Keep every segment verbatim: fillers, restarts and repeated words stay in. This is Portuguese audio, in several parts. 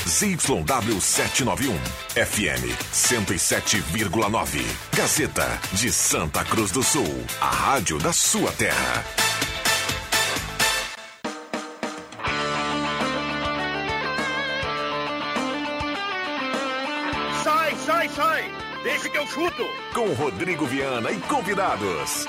Z Y W setecentos e noventa e um, F M cento e sete vírgula nove. Gazeta de Santa Cruz do Sul, a rádio da sua terra. Sai, sai, sai! Deixa que eu chuto! Com Rodrigo Viana e convidados.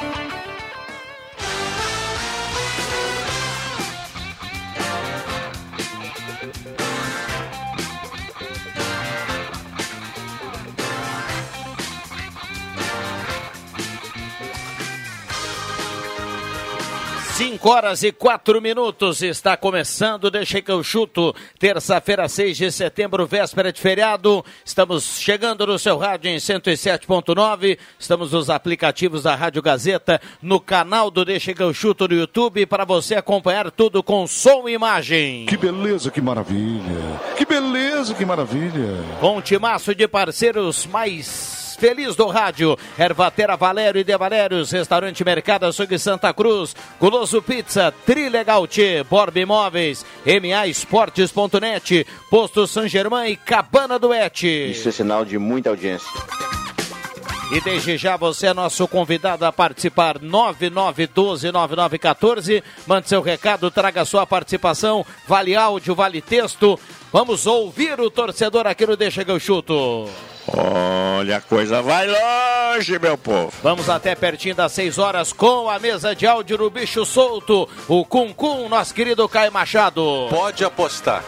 cinco horas e quatro minutos, está começando, deixa que eu chuto, terça-feira, seis de setembro, véspera de feriado, estamos chegando no seu rádio em cento e sete ponto nove, estamos nos aplicativos da Rádio Gazeta, no canal do Deixa que eu chuto no YouTube, para você acompanhar tudo com som e imagem. Que beleza, que maravilha, que beleza, que maravilha. Com um timaço de parceiros mais feliz do rádio, Ervatera Valério e De Valérios, Restaurante Mercado Açougue Santa Cruz, Guloso Pizza, Trilegal T, Borba Imóveis, M A Esportes ponto net, Posto São Germain e Cabana do Et. Isso é sinal de muita audiência. E desde já você é nosso convidado a participar, nove nove um dois nove nove um quatro, mande seu recado, traga sua participação, vale áudio, vale texto, vamos ouvir o torcedor aqui no Deixa que eu chuto. Olha, a coisa vai longe, meu povo. Vamos até pertinho das seis horas com a mesa de áudio no Bicho Solto, o Cum Cum, nosso querido Caio Machado. Pode apostar.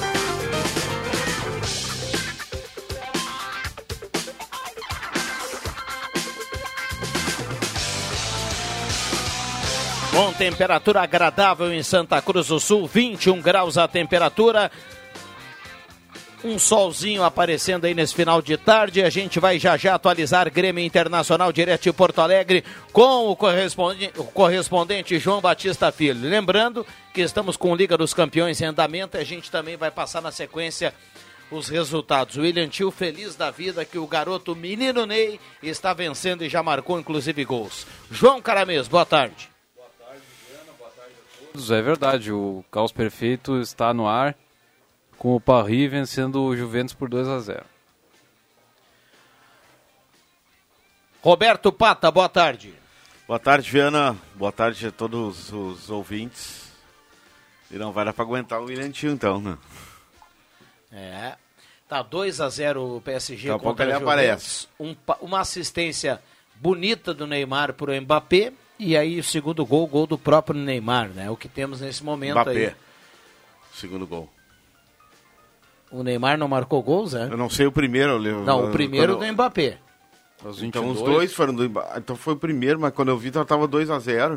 Com temperatura agradável em Santa Cruz do Sul, vinte e um graus a temperatura. Um solzinho aparecendo aí nesse final de tarde. A gente vai já já atualizar Grêmio Internacional direto de Porto Alegre com o correspondente, o correspondente João Batista Filho. Lembrando que estamos com Liga dos Campeões em andamento e a gente também vai passar na sequência os resultados. O William Tio feliz da vida que o garoto menino Ney está vencendo e já marcou inclusive gols. João Caramês, boa tarde. Boa tarde, Diana, boa tarde a todos. É verdade, o Caos Perfeito está no ar, com o Paris vencendo o Juventus por dois a zero. Roberto Pata, boa tarde. Boa tarde, Viana. Boa tarde a todos os ouvintes. E não vai dar para aguentar o William Tio, então, né? É, tá dois a zero o P S G Daqui a contra pouco o ele Juventus. Um, uma assistência bonita do Neymar para o Mbappé. E aí o segundo gol, gol do próprio Neymar, né? O que temos nesse momento Mbappé. aí. Segundo gol. O Neymar não marcou gols, né? Eu não sei o primeiro. Eu levo, não, o primeiro quando... do Mbappé. Então os dois foram do Mbappé. Então foi o primeiro, mas quando eu vi estava dois a zero.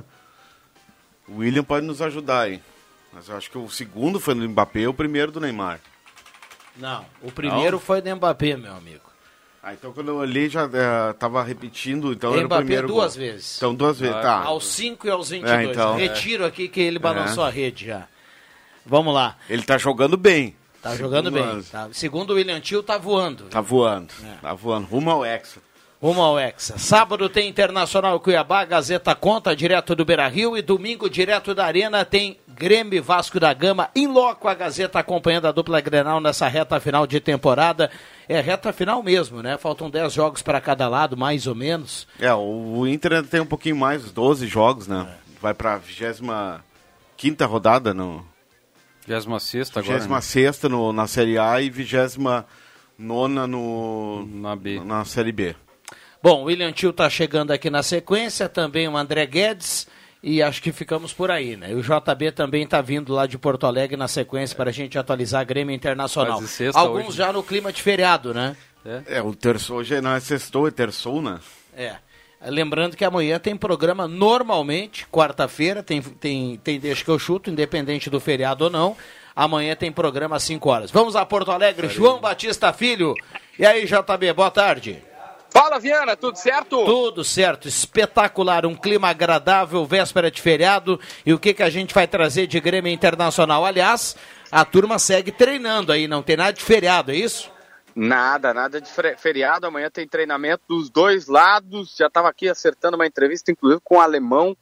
O William pode nos ajudar aí. Mas eu acho que o segundo foi do Mbappé e o primeiro do Neymar. Não, o primeiro não? Foi do Mbappé, meu amigo. Ah, então quando eu olhei já estava uh, repetindo, então Mbappé era o primeiro duas gol. vezes. Então duas vezes, ah, tá. Aos cinco e aos vinte e dois. É, então, Retiro é. aqui que ele balançou é. a rede já. Vamos lá. Ele tá jogando bem. Tá jogando bem. Tá. Segundo o William Tio, tá voando. Tá voando, é. tá voando. Rumo ao Hexa. Rumo ao Hexa. Sábado tem Internacional Cuiabá, Gazeta Conta, direto do Beira-Rio. E domingo, direto da Arena, tem Grêmio Vasco da Gama. Em loco, a Gazeta acompanhando a dupla Grenal nessa reta final de temporada. É reta final mesmo, né? Faltam dez jogos para cada lado, mais ou menos. É, o Inter tem um pouquinho mais, doze jogos, né? É. Vai para a vigésima quinta rodada no... vigésima sexta agora. vigésima sexta no, na Série A e vigésima nona no, na, B. na Série B. Bom, o William Tio tá chegando aqui na sequência, também o André Guedes, e acho que ficamos por aí, né? E o J B também tá vindo lá de Porto Alegre na sequência é. para a gente atualizar a Grêmio Internacional. Alguns hoje, já no clima de feriado, né? É, é o terçou, hoje não é sextou, é terçou, né? É. Lembrando que amanhã tem programa normalmente, quarta-feira, tem, tem, tem Deixa que eu chuto, independente do feriado ou não. Amanhã tem programa às cinco horas. Vamos a Porto Alegre, João Batista Filho. E aí, J B, boa tarde. Fala, Viana, tudo certo? Tudo certo, espetacular, um clima agradável, véspera de feriado. E o que, que a gente vai trazer de Grêmio Internacional? Aliás, a turma segue treinando aí, não tem nada de feriado, é isso? Nada, nada de feriado. Amanhã tem treinamento dos dois lados. Já estava aqui acertando uma entrevista, inclusive com o alemão,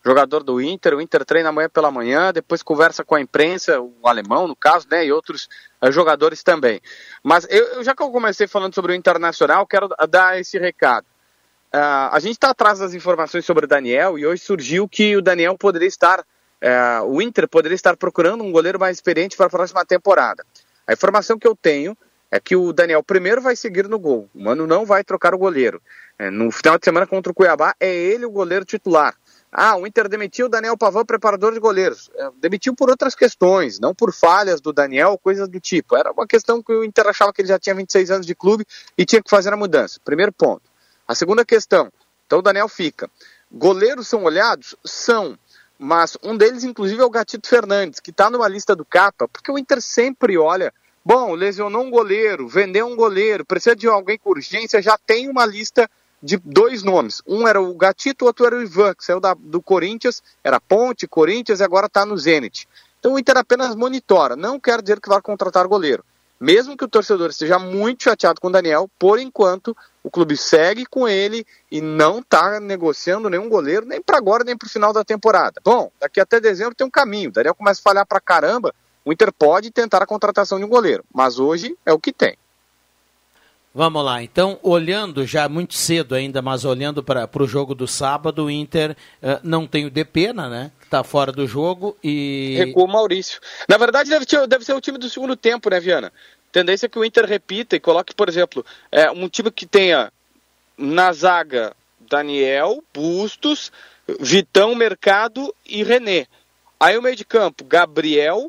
jogador do Inter. O Inter treina amanhã pela manhã, depois conversa com a imprensa, o alemão no caso, né, e outros uh, jogadores também. Mas eu, eu, já que eu comecei falando sobre o Internacional, quero dar esse recado. Uh, a gente está atrás das informações sobre o Daniel e hoje surgiu que o Daniel poderia estar, uh, o Inter poderia estar procurando um goleiro mais experiente para a próxima temporada. A informação que eu tenho é que o Daniel primeiro vai seguir no gol. O Mano não vai trocar o goleiro. É, no final de semana contra o Cuiabá, é ele o goleiro titular. Ah, o Inter demitiu o Daniel Pavão, preparador de goleiros. É, demitiu por outras questões, não por falhas do Daniel, coisas do tipo. Era uma questão que o Inter achava que ele já tinha vinte e seis anos de clube e tinha que fazer a mudança. Primeiro ponto. A segunda questão, então o Daniel fica. Goleiros são olhados? São. Mas um deles, inclusive, é o Gatito Fernandes, que está numa lista do Capa, porque o Inter sempre olha, bom, lesionou um goleiro, vendeu um goleiro, precisa de alguém com urgência, já tem uma lista de dois nomes. Um era o Gatito, o outro era o Ivan, que saiu da, do Corinthians, era Ponte, Corinthians e agora está no Zenit. Então o Inter apenas monitora, não quer dizer que vai contratar goleiro. Mesmo que o torcedor esteja muito chateado com o Daniel, por enquanto o clube segue com ele e não está negociando nenhum goleiro, nem para agora, nem para o final da temporada. Bom, daqui até dezembro tem um caminho. O Daniel começa a falhar para caramba, o Inter pode tentar a contratação de um goleiro, mas hoje é o que tem. Vamos lá, então, olhando já muito cedo ainda, mas olhando para o jogo do sábado, o Inter uh, não tem o Depena, né, que está fora do jogo e... Recua o Maurício. Na verdade, deve, ter, deve ser o time do segundo tempo, né, Viana? Tendência é que o Inter repita e coloque, por exemplo, é, um time que tenha na zaga Daniel, Bustos, Vitão, Mercado e René. Aí o meio de campo, Gabriel,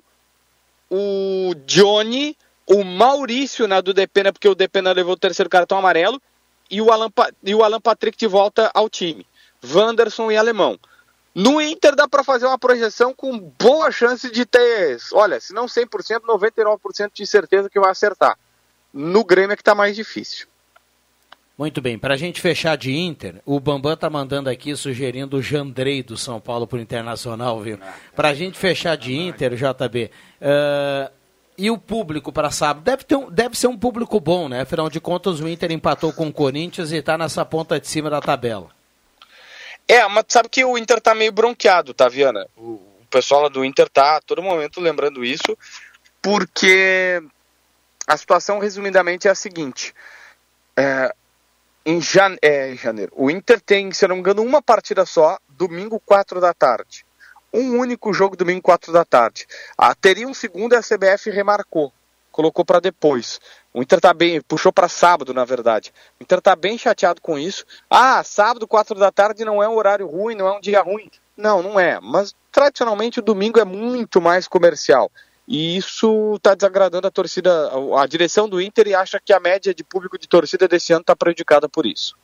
o Johnny, o Maurício na do Depena, porque o Depena levou o terceiro cartão amarelo, e o Alan, e o Alan Patrick de volta ao time. Wanderson e Alemão. No Inter dá para fazer uma projeção com boa chance de ter, olha, se não cem por cento, noventa e nove por cento de certeza que vai acertar. No Grêmio é que está mais difícil. Muito bem, para a gente fechar de Inter, o Bambam tá mandando aqui sugerindo o Jandrei do São Paulo pro Internacional, viu? Para a gente fechar de Inter, J B, uh, e o público para sábado, deve, ter um, deve ser um público bom, né? Afinal de contas o Inter empatou com o Corinthians e está nessa ponta de cima da tabela. É, mas sabe que o Inter tá meio bronqueado, tá, Viana? O pessoal lá do Inter tá a todo momento lembrando isso, porque a situação, resumidamente, é a seguinte. É, em, jane... é, em janeiro, o Inter tem, se não me engano, uma partida só, domingo, quatro da tarde. Um único jogo, domingo, quatro da tarde. Ah, teria um segundo e a C B F remarcou. Colocou para depois. O Inter tá bem, puxou para sábado, na verdade. O Inter tá bem chateado com isso. Ah, sábado, quatro da tarde não é um horário ruim, não é um dia ruim. Não, não é. Mas, tradicionalmente, o domingo é muito mais comercial. E isso tá desagradando a torcida, a direção do Inter, e acha que a média de público de torcida desse ano tá prejudicada por isso.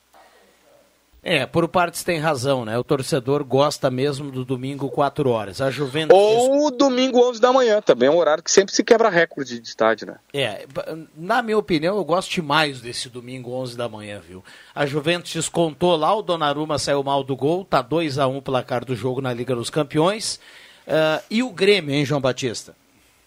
É, por partes tem razão, né? O torcedor gosta mesmo do domingo quatro horas. A Juventus... Ou domingo onze da manhã, também é um horário que sempre se quebra recorde de estádio, né? É, na minha opinião, eu gosto mais desse domingo onze da manhã, viu? A Juventus descontou lá, o Donnarumma saiu mal do gol, tá dois a um o placar do jogo na Liga dos Campeões. Uh, e o Grêmio, hein, João Batista?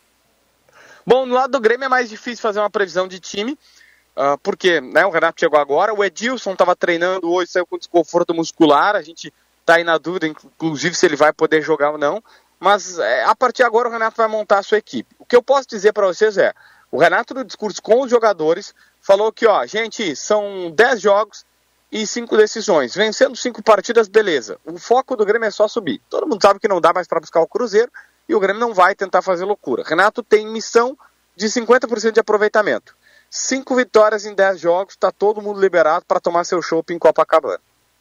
Bom, no lado do Grêmio é mais difícil fazer uma previsão de time, Uh, porque né, o Renato chegou agora, o Edilson estava treinando hoje, saiu com desconforto muscular, a gente está aí na dúvida, inclusive, se ele vai poder jogar ou não, mas é, a partir de agora o Renato vai montar a sua equipe. O que eu posso dizer para vocês é, o Renato, no discurso com os jogadores, falou que, ó, gente, são dez jogos e cinco decisões, vencendo cinco partidas, beleza, o foco do Grêmio é só subir. Todo mundo sabe que não dá mais para buscar o Cruzeiro e o Grêmio não vai tentar fazer loucura. Renato tem missão de cinquenta por cento de aproveitamento. Cinco vitórias em dez jogos, está todo mundo liberado para tomar seu chopp em Copacabana.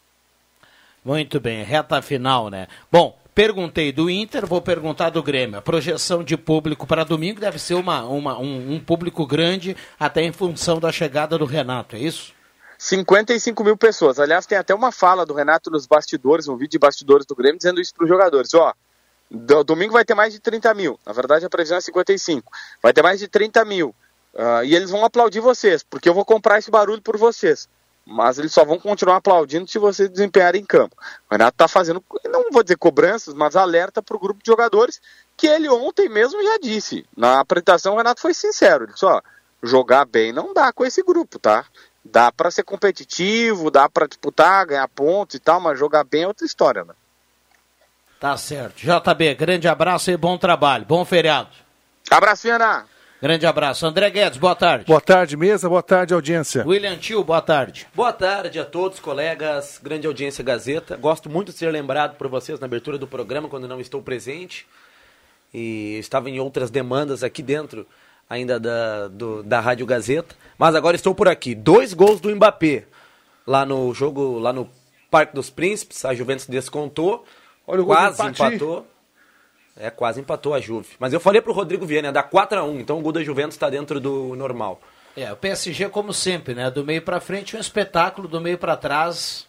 Muito bem, reta final, né? Bom, perguntei do Inter, vou perguntar do Grêmio. A projeção de público para domingo deve ser uma, uma, um, um público grande, até em função da chegada do Renato, é isso? cinquenta e cinco mil pessoas. Aliás, tem até uma fala do Renato nos bastidores, um vídeo de bastidores do Grêmio, dizendo isso para os jogadores. Ó, domingo vai ter mais de trinta mil. Na verdade, a previsão é cinquenta e cinco. Vai ter mais de trinta mil. Uh, e eles vão aplaudir vocês, porque eu vou comprar esse barulho por vocês. Mas eles só vão continuar aplaudindo se vocês desempenharem em campo. O Renato está fazendo, não vou dizer cobranças, mas alerta para o grupo de jogadores, que ele ontem mesmo já disse. Na apresentação o Renato foi sincero, ele disse, ó, jogar bem não dá com esse grupo, tá? Dá para ser competitivo, dá para disputar, ganhar pontos e tal, mas jogar bem é outra história, né? Tá certo. J B, grande abraço e bom trabalho. Bom feriado. Abraço, Viana. Grande abraço. André Guedes, boa tarde. Boa tarde, mesa. Boa tarde, audiência. William Tio, boa tarde. Boa tarde a todos, colegas. Grande audiência Gazeta. Gosto muito de ser lembrado por vocês na abertura do programa, quando não estou presente. E estava em outras demandas aqui dentro ainda da, do, da Rádio Gazeta. Mas agora estou por aqui. Dois gols do Mbappé. Lá no jogo, lá no Parque dos Príncipes, a Juventus descontou. Olha o quase empatou. É, quase empatou a Juve. Mas eu falei pro Rodrigo Viana, dá quatro a um, então o gol da Juventus está dentro do normal. É, o P S G como sempre, né? Do meio pra frente um espetáculo, do meio pra trás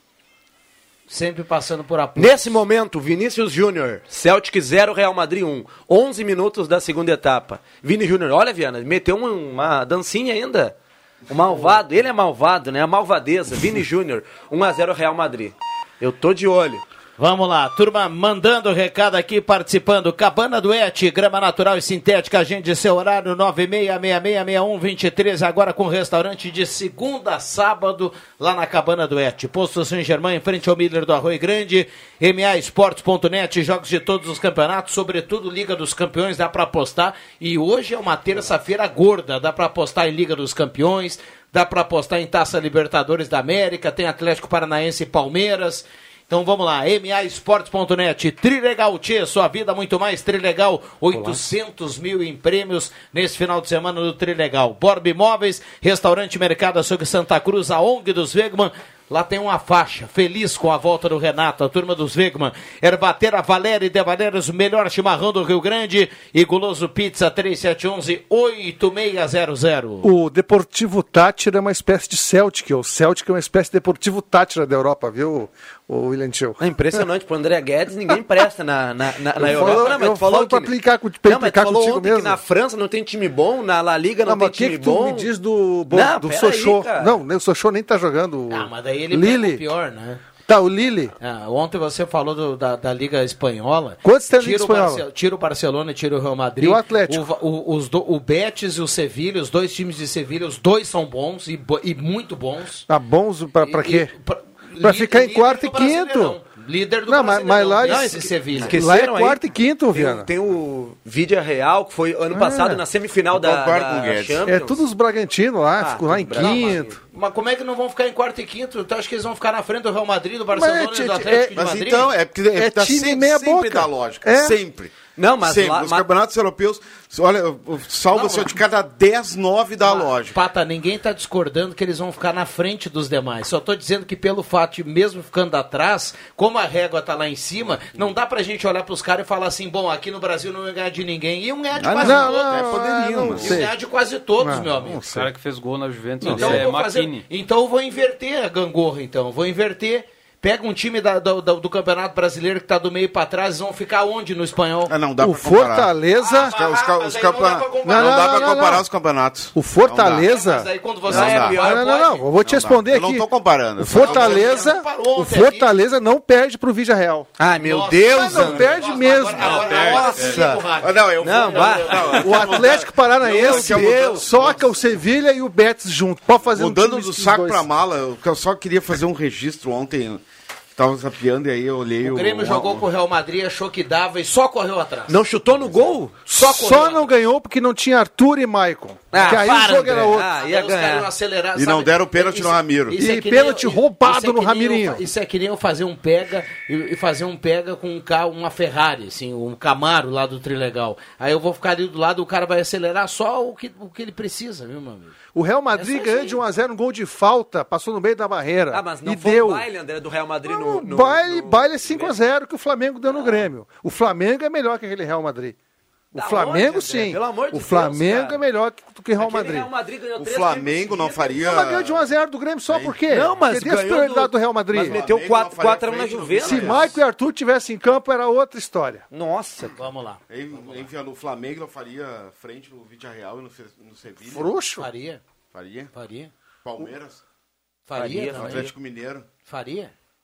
sempre passando por apuros. Nesse momento, Vinícius Júnior, Celtic zero, Real Madrid um. onze minutos da segunda etapa. Vini Júnior, olha Viana, meteu um, uma dancinha ainda. O malvado, ele é malvado, né? A malvadeza. Vini Júnior, um a zero Real Madrid. Eu tô de olho. Vamos lá, turma mandando recado aqui, participando. Cabana Duete, grama natural e sintética, agende seu horário nove seis seis seis seis um dois três, agora com restaurante de segunda a sábado, lá na Cabana Duete. Posto Saint-Germain, em frente ao Miller do Arroio Grande, M A Esportes ponto net, jogos de todos os campeonatos, sobretudo Liga dos Campeões, dá para apostar. E hoje é uma terça-feira gorda, dá para apostar em Liga dos Campeões, dá para apostar em Taça Libertadores da América, tem Atlético Paranaense e Palmeiras. Então vamos lá, M A Esportes ponto net, Trilegal Tchê, sua vida muito mais, Trilegal, oitocentos mil em prêmios nesse final de semana do Trilegal. Borb Imóveis, Restaurante Mercado Açougue Santa Cruz, a ONG dos Wegman, lá tem uma faixa, feliz com a volta do Renato, a turma dos Wegman. Ervatera Valéria e De Valérios, o melhor chimarrão do Rio Grande, e Guloso Pizza, três sete um um, oito seis zero zero. O Deportivo Tátira é uma espécie de Celtic, o Celtic é uma espécie de Deportivo Tátira da Europa, viu, o William Tio? É impressionante, pro André Guedes ninguém presta na, na, na, na Europa. Falo, não, mas eu falou falo que... pra aplicar, pra não, mas implicar falou contigo ontem mesmo. Que na França não tem time bom, na La Liga não, não tem time que que bom. Não, mas o que tu me diz do, bo, não, do Sochaux? Aí, não, o Sochaux nem tá jogando. Ah, mas daí ele Lille. pega o pior, né? Tá, o Lille. Ah, ontem você falou do, da, da Liga Espanhola. Quantos tem na Liga Tira o Espanhola? Barce- Tira o Barcelona e tira o Real Madrid. E o Atlético? O, o, os do, o Betis e o Sevilha, os dois times de Sevilha, os dois são bons e, bo- e muito bons. Tá bons pra, pra quê? E, pra pra li- ficar em líder quarto do e quinto. Brasileirão. Líder do Não, mas, mas lá, Brasileirão, esse esse Sevilha. lá é aí. quarto e quinto, Tem, Viana. o- tem o Vídea Real, que foi ano passado na semifinal da, concordo com o da Guedes. Champions. É tudo os Bragantino lá, Ah, ficou lá em tudo Bragantino. quinto. Mas como é que não vão ficar em quarto e quinto? Tu acha que eles vão ficar na frente do Real Madrid, do Barcelona Mas, e do é- Atlético de Mas Madrid? então, é porque, é É porque tá time sempre, meia sempre boca. dá lógica. É. Sempre. Não, mas sempre. lá- Os mas- campeonatos europeus, olha, salva Não, assim, mas- de cada dez, nove dá Mas, lógica. Pata, ninguém tá discordando que eles vão ficar na frente dos demais. Só tô dizendo que pelo fato de mesmo ficando atrás, como a régua tá lá em cima, não dá pra gente olhar pros caras e falar assim, bom, aqui no Brasil não vai ganhar de ninguém. E um ganhar de Ah, quase não, todos. não, é poderiam, não mas- E um sei. ganhar de quase todos, Não, meu não amigo. O cara que fez gol na Juventus Então, é eu vou fazer- Makini. então eu vou inverter a gangorra, então. Vou inverter. Pega um time da- do, do- do Campeonato Brasileiro que tá do meio pra trás, eles vão ficar onde no espanhol? Ah, não dá O pra comparar. Fortaleza. Os ca- os ca- Ah, os mas aí não dá campeonatos- pra comparar. Não, Não, dá não, pra não, comparar não. os campeonatos. O Fortaleza. Mas aí quando você Não é dá. pior, Não, não, não, pode. não. Eu vou te Não dá. responder Eu aqui. não tô comparando. O Fortaleza, Não, parou o ontem Fortaleza não perde pro Vídea Real. Ai, meu Nossa, Deus, Mas não André. perde Nossa, mesmo. agora- agora- agora sim, liga o rádio. Ah, não, eu Não, vou- vai. não, O Atlético Paranaense Não, não, não. soca o Sevilha e o Betis junto. Pode fazer um Mudando time do esses saco dois. pra mala, eu eu só queria fazer um registro ontem. Tava zapeando e aí eu olhei O o. Grêmio jogou com o Real Madrid, achou que dava e só correu atrás. Não chutou no gol? Só correu Só atrás. não ganhou porque não tinha Arthur e Maicon. Ah, que aí para, o jogo era André. outro. Ah, Aí ia os caras iam ganhar. acelerar, E não deram pênalti Isso- no Ramiro. isso é E que nem pênalti eu- roubado isso é no que nem eu Ramirinho. fa- Isso é que nem eu fazer um pega e, e fazer um pega com um carro, uma Ferrari, assim, um Camaro lá do Trilegal. Aí eu vou ficar ali do lado, o cara vai acelerar só o que, o que ele precisa, viu, meu amigo? O Real Madrid É só ganhou isso de aí. um a zero, um gol de falta, passou no meio da barreira. Ah, mas não e foi deu. o baile, André, do Real Madrid no... Não, no baile, no- baile é cinco a zero que o Flamengo deu no Grêmio. O Flamengo é melhor que aquele Real Madrid. O Da Flamengo, onde, André? sim. Pelo amor de o Deus, Flamengo cara. é melhor que- do que o Real Aquele Madrid. Real Madrid ganhou O três Flamengo títulos não seguidos. faria. Não, mas ganhou de um a zero do Grêmio só por quê? Não, mas Cadê a ganhou superioridade do- do Real Madrid? Mas meteu Flamengo não quatro faria a um na frente no Juventus. Se Grêmio. Maicon e Arthur tivessem em campo, era outra história. Nossa. Vamos lá. Enfiando o Flamengo não faria frente no Vídea Real e no, Se- no Sevilha. Frouxo. Faria, Faria. faria, Palmeiras. faria, Faria, também. Atlético Mineiro. Faria.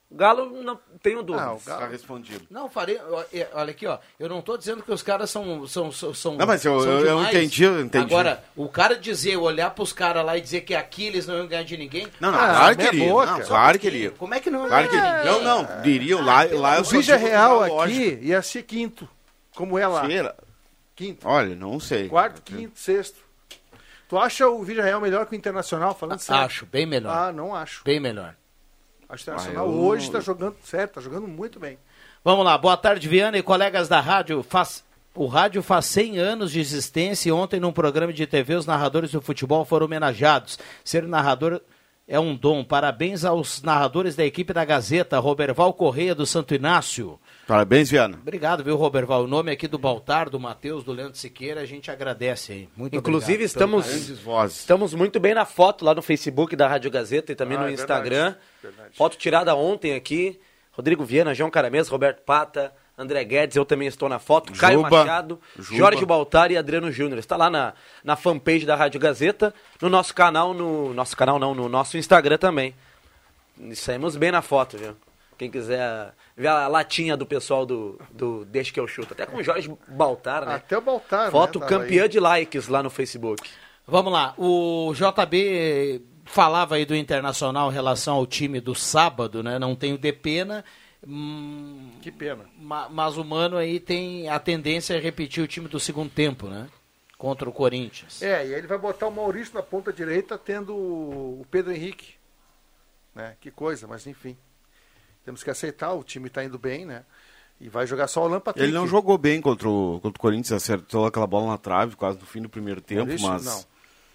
O Galo, não tenho dúvidas. Não, o Galo... Tá respondido. Não, farei... Olha aqui, ó. Eu não tô dizendo que os caras são... são, são não, mas eu, são eu, eu entendi, eu entendi. Agora, o cara dizer, olhar pros caras lá e dizer que aqui eles não iam ganhar de ninguém... Não, não, ah, claro que ele ia. Não, claro que ele ia. Como é que não claro que ele... Não, não, diriam lá... lá o Vídea Real aqui ia ser quinto, como é lá. Feira. Quinto. Olha, não sei. Quarto, quinto, sexto. Tu acha o Vídea Real melhor que o Internacional, falando sério? Acho, bem melhor. Ah, não acho. Bem melhor. O Internacional ah, eu... hoje está jogando certo, está jogando muito bem. Vamos lá, boa tarde, Viana e colegas da rádio. Faz... O rádio faz cem anos de existência e ontem num programa de T V os narradores do futebol foram homenageados. Ser narrador é um dom. Parabéns aos narradores da equipe da Gazeta, Roberval Correia do Santo Inácio. Parabéns, Viana. Obrigado, viu, Roberval? O nome aqui do Baltar, do Matheus, do Leandro Siqueira, a gente agradece aí. Muito Inclusive, obrigado. estamos, estamos muito bem na foto lá no Facebook da Rádio Gazeta e também ah, no é Instagram. Verdade, verdade. Foto tirada ontem aqui. Rodrigo Viana, João Caramês, Roberto Pata, André Guedes, eu também estou na foto. Juba, Caio Machado, Juba. Jorge Baltar e Adriano Júnior. Está lá na, na fanpage da Rádio Gazeta, no nosso canal, no nosso canal não, no nosso Instagram também. E saímos bem na foto, viu? Quem quiser ver a latinha do pessoal do, do Deixa que eu chuto. Até com o Jorge Baltar, né? Até o Baltar, Foto né? campeã aí de likes lá no Facebook. Vamos lá, o J B falava aí do Internacional em relação ao time do sábado, né? Não tem o Depena. Hum, que pena. Ma, mas o Mano aí tem a tendência a repetir o time do segundo tempo, né? Contra o Corinthians. É, e aí ele vai botar o Maurício na ponta direita, tendo o Pedro Henrique. Né? Que coisa, mas enfim. Temos que aceitar, o time está indo bem, né? E vai jogar só o Alan Patrick. Ele não jogou bem contra o, contra o Corinthians, acertou aquela bola na trave quase no fim do primeiro tempo, Maurício, mas... Não.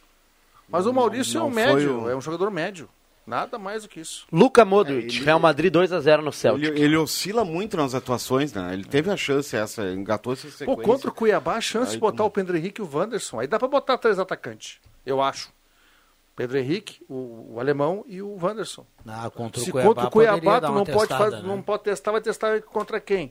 Mas o Maurício não, é um médio, o... é um jogador médio. Nada mais do que isso. Luka Modric, é, ele... Real Madrid dois a zero no Celtic. Ele, ele oscila muito nas atuações, né? Ele teve a chance essa, engatou essa sequência. Pô, contra o Cuiabá, a chance aí, de botar como... o Pedro Henrique e o Wanderson. Aí dá pra botar três atacantes, eu acho. Pedro Henrique, o, o alemão e o Wanderson. Ah, contra o Se Cuiabá, contra o Cuiabá, tu não, testada, pode fazer, né? não pode testar, vai testar contra quem?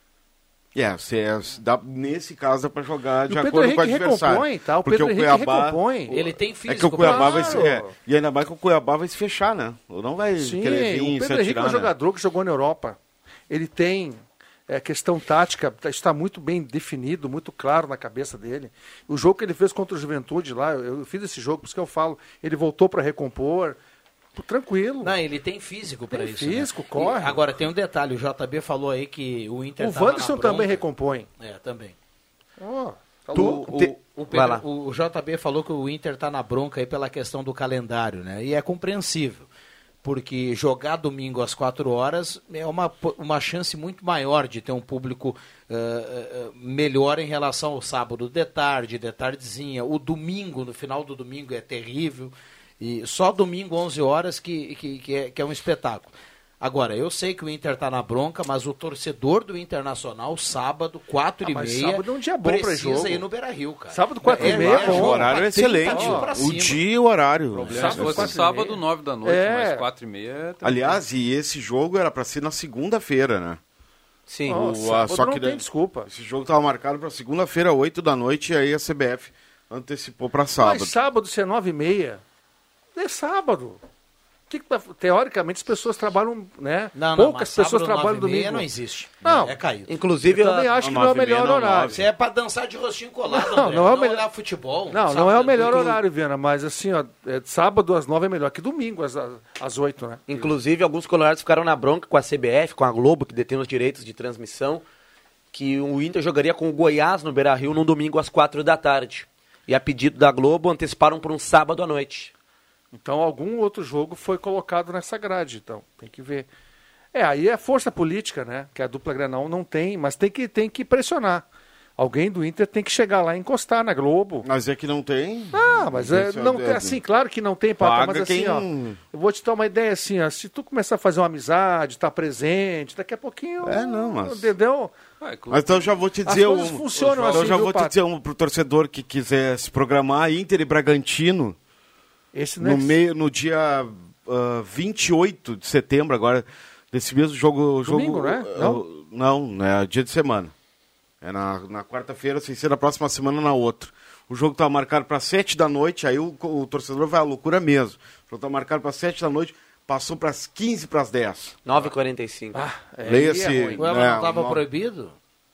É, se é dá, nesse caso dá pra jogar de e acordo com o adversário. Recompõe, tá? O porque Pedro o Cuiabá recompõe. Ele tem físico. É que o Cuiabá claro. vai se, é, e ainda mais que o Cuiabá vai se fechar, né? Ou não vai Sim, querer vir o Pedro se Henrique atirar, é um né? jogador que jogou na Europa. Ele tem é, questão tática, está muito bem definido, muito claro na cabeça dele. O jogo que ele fez contra o Juventude lá, eu, eu fiz esse jogo, por isso que eu falo, ele voltou para recompor. Tranquilo. Não, ele tem físico para isso. Físico, né? corre. E, agora tem um detalhe, o J B falou aí que o Inter O Wanderson também recompõe. É, também. Oh, tá tu, louco. O, te... o, Pedro, o, o J B falou que o Inter está na bronca aí pela questão do calendário, né? E é compreensível, porque jogar domingo às quatro horas é uma, uma chance muito maior de ter um público uh, uh, melhor em relação ao sábado de tarde, de tardezinha. O domingo, no final do domingo, é terrível. E só domingo, onze horas, que, que, que, é, que é um espetáculo. Agora, eu sei que o Inter está na bronca, mas o torcedor do Internacional, sábado, quatro e meia, sábado é um dia bom pra precisa jogo. ir no Beira-Rio, cara. Sábado, quatro e meia, é, é o horário é excelente. O dia e o horário. O problema se fosse sábado, nove da noite, é. mas quatro e meia... Aliás, e esse jogo era para ser na segunda-feira, né? Sim. Oh, o, sábado a, só não que tem desculpa. Esse jogo estava marcado para segunda-feira, oito da noite, e aí a C B F antecipou para sábado. Mas sábado, se é nove e meia, é sábado. Que que, teoricamente as pessoas trabalham, né? Não, não, Poucas mas pessoas sábado, trabalham domingo. não existe. Não. É caído. Inclusive, eu também acho que não é o melhor horário. Você é pra dançar de rostinho colado, não, André, não é o não melhor olhar futebol. Não, sábado, não é o melhor muito... horário, Viana, mas assim, ó, é, sábado às nove é melhor que domingo às, às oito, né? Inclusive, alguns colorados ficaram na bronca com a C B F, com a Globo, que detém os direitos de transmissão, que o Inter jogaria com o Goiás no Beira-Rio num domingo às quatro da tarde. E a pedido da Globo, anteciparam para um sábado à noite. Então, algum outro jogo foi colocado nessa grade, então, tem que ver. É, aí é força política, né, que a dupla Grenal não tem, mas tem que, tem que pressionar. Alguém do Inter tem que chegar lá e encostar na Globo. Mas é que não tem. Ah, mas é, não tem, assim, claro que não tem, Pato, mas assim, quem... ó, eu vou te dar uma ideia assim, ó, se tu começar a fazer uma amizade, estar presente, daqui a pouquinho... É, não, mas... Entendeu? Mas então eu já vou te dizer... As coisas um, funcionam então assim, eu já viu, vou Pato? te dizer um pro torcedor que quiser se programar, Inter e Bragantino... Esse no, meio, no dia uh, vinte e oito de setembro, agora, desse mesmo jogo... Domingo, jogo, né? Não? Uh, não, não é dia de semana. É na, na quarta-feira, sem ser na próxima semana, na outra. O jogo está marcado para sete da noite, aí o, o torcedor vai à loucura mesmo. O jogo está marcado para sete da noite, passou para as quinze para as dez. nove e quarenta e cinco. Ah, é, Leia-se. é ruim. Ué, mas né, não estava uma- proibido?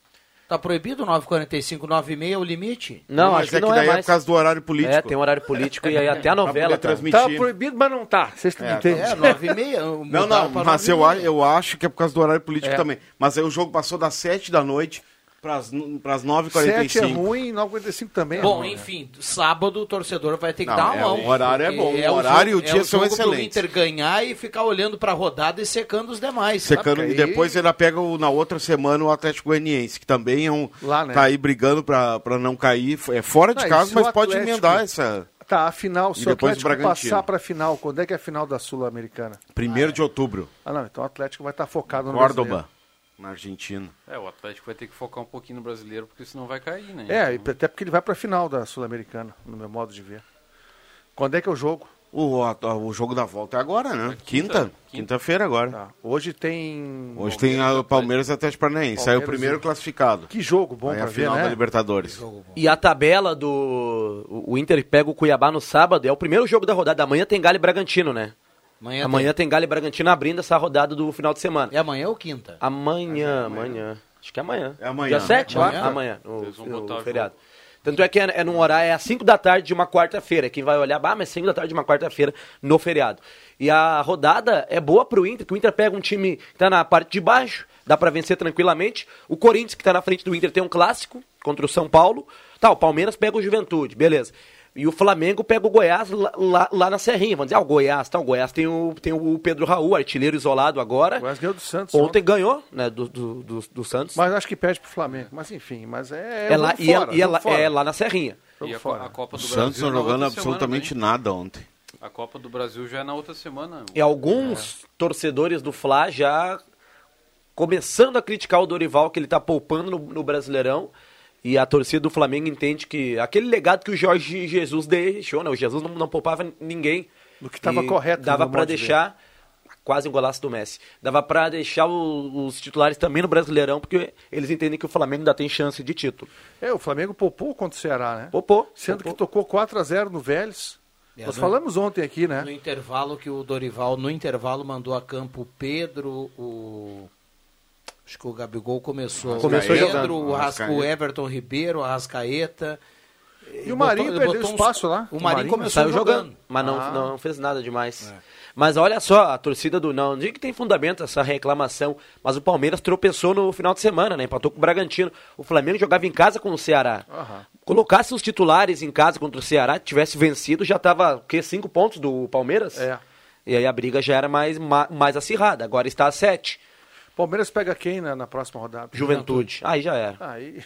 Tá proibido nove e quarenta e cinco, nove e meia é o limite? Não, mas acho que é não que é daí é mais. por causa do horário político. É, tem um horário político e aí até a Pra novela. poder Tá. transmitir. Tá proibido, mas não tá. Vocês É, entendem? É, nove e meia. Não, não, mas eu, a- eu acho que é por causa do horário político É. também. Mas aí o jogo passou das sete da noite para as nove e quarenta e sete é cinco. ruim, nove e quarenta e cinco também é Bom, ruim, né? enfim, sábado o torcedor vai ter que Não, dar uma é, mão. o horário é porque bom, o o horário jogo- e o dia é são jogo pro excelentes. Inter ganhar e ficar olhando pra rodada e secando os demais. Secando, porque e aí- depois ele pega o- na outra semana o Atlético Goianiense, que também é um, Lá, né? tá aí brigando para não cair. É fora de Não, e casa, se mas o pode Atlético- emendar essa. Tá, a final, se E o depois o Atlético Bragantino. passar pra final, quando é que é a final da Sul-Americana? Primeiro de outubro, Ah, não, então o Atlético vai estar focado no Córdoba, brasileiro. na Argentina. É, o Atlético vai ter que focar um pouquinho no brasileiro, porque senão vai cair, né? É, Então, e até porque ele vai pra final da Sul-Americana, no meu modo de ver. Quando é que é o jogo? O, a- o jogo da volta é agora, né? Quinta. quinta. Quinta-feira agora. Tá. Hoje tem... Hoje tem a Palmeiras e Atlético Paranaense. Aí é o Palmeiras primeiro e- classificado. Que jogo bom Aí é pra a ver, final né? da Libertadores. E a tabela do. O Inter pega o Cuiabá no sábado, é o primeiro jogo da rodada. Amanhã tem Galo e Bragantino, né? Amanhã, Amanhã tem Galo e Bragantino abrindo essa rodada do final de semana. tem. É amanhã ou quinta? Amanhã, amanhã. Acho que é amanhã. É amanhã. Dia sete? Amanhã? Amanhã, no, Eles vão no botar o feriado. Tanto é que é, é num horário, é às cinco da tarde de uma quarta-feira. Quem vai olhar, ah, mas cinco da tarde de uma quarta-feira no feriado. E a rodada é boa pro Inter, que o Inter pega um time que tá na parte de baixo, dá pra vencer tranquilamente. O Corinthians, que tá na frente do Inter, tem um clássico contra o São Paulo. Tá, o Palmeiras pega o Juventude, beleza. E o Flamengo pega o Goiás lá, lá, lá na Serrinha. Vamos dizer, ah, o Goiás, tá, o Goiás tem o, tem o Pedro Raul, artilheiro isolado agora. O Goiás ganhou do Santos. Ontem ganhou, né, do, do, do, do Santos. Mas acho que perde pro Flamengo. Mas enfim, mas é... é, lá, jogo e é- fora, e é, jogo lá, fora. é lá na Serrinha. Jogo E a, Co- fora. a Copa O do Santos Brasil não é na jogando outra absolutamente semana, né? nada ontem. A Copa do Brasil já é na outra semana. E alguns torcedores do Fla já começando a criticar o Dorival, que ele tá poupando no, no Brasileirão. E a torcida do Flamengo entende que aquele legado que o Jorge Jesus deixou, né? O Jesus não, não poupava ninguém. No que tava E correto, Dava no pra modo de deixar, quase um golaço do Messi, dava pra deixar o- os titulares também no Brasileirão, porque eles entendem que o Flamengo ainda tem chance de título. É, o Flamengo poupou contra o Ceará, né? Poupou. Sendo poupou. que tocou quatro a zero no Vélez. É, Nós no- falamos ontem aqui, né? No intervalo que o Dorival, no intervalo, mandou a campo o Pedro, o... Acho que o Gabigol começou. Começou o Pedro, jogando. o, Ras- Arrascaeta. o Everton Ribeiro, o Arrascaeta. E o Marinho botou- perdeu botou uns- espaço lá. O O Marinho Marinho começou Saiu jogando. jogando, mas não, Ah. não fez nada demais. Mas olha só, a torcida do... Não, não digo que tem fundamento essa reclamação, mas o Palmeiras tropeçou no final de semana, né? Empatou com o Bragantino. O Flamengo jogava em casa com o Ceará. Aham. Colocasse os titulares em casa contra o Ceará, tivesse vencido, já tava, o quê? Cinco pontos do Palmeiras? É. E aí a briga já era mais, ma- mais acirrada. Agora está a sete. Palmeiras pega quem na, na próxima rodada? Juventude. Aí já era. Aí.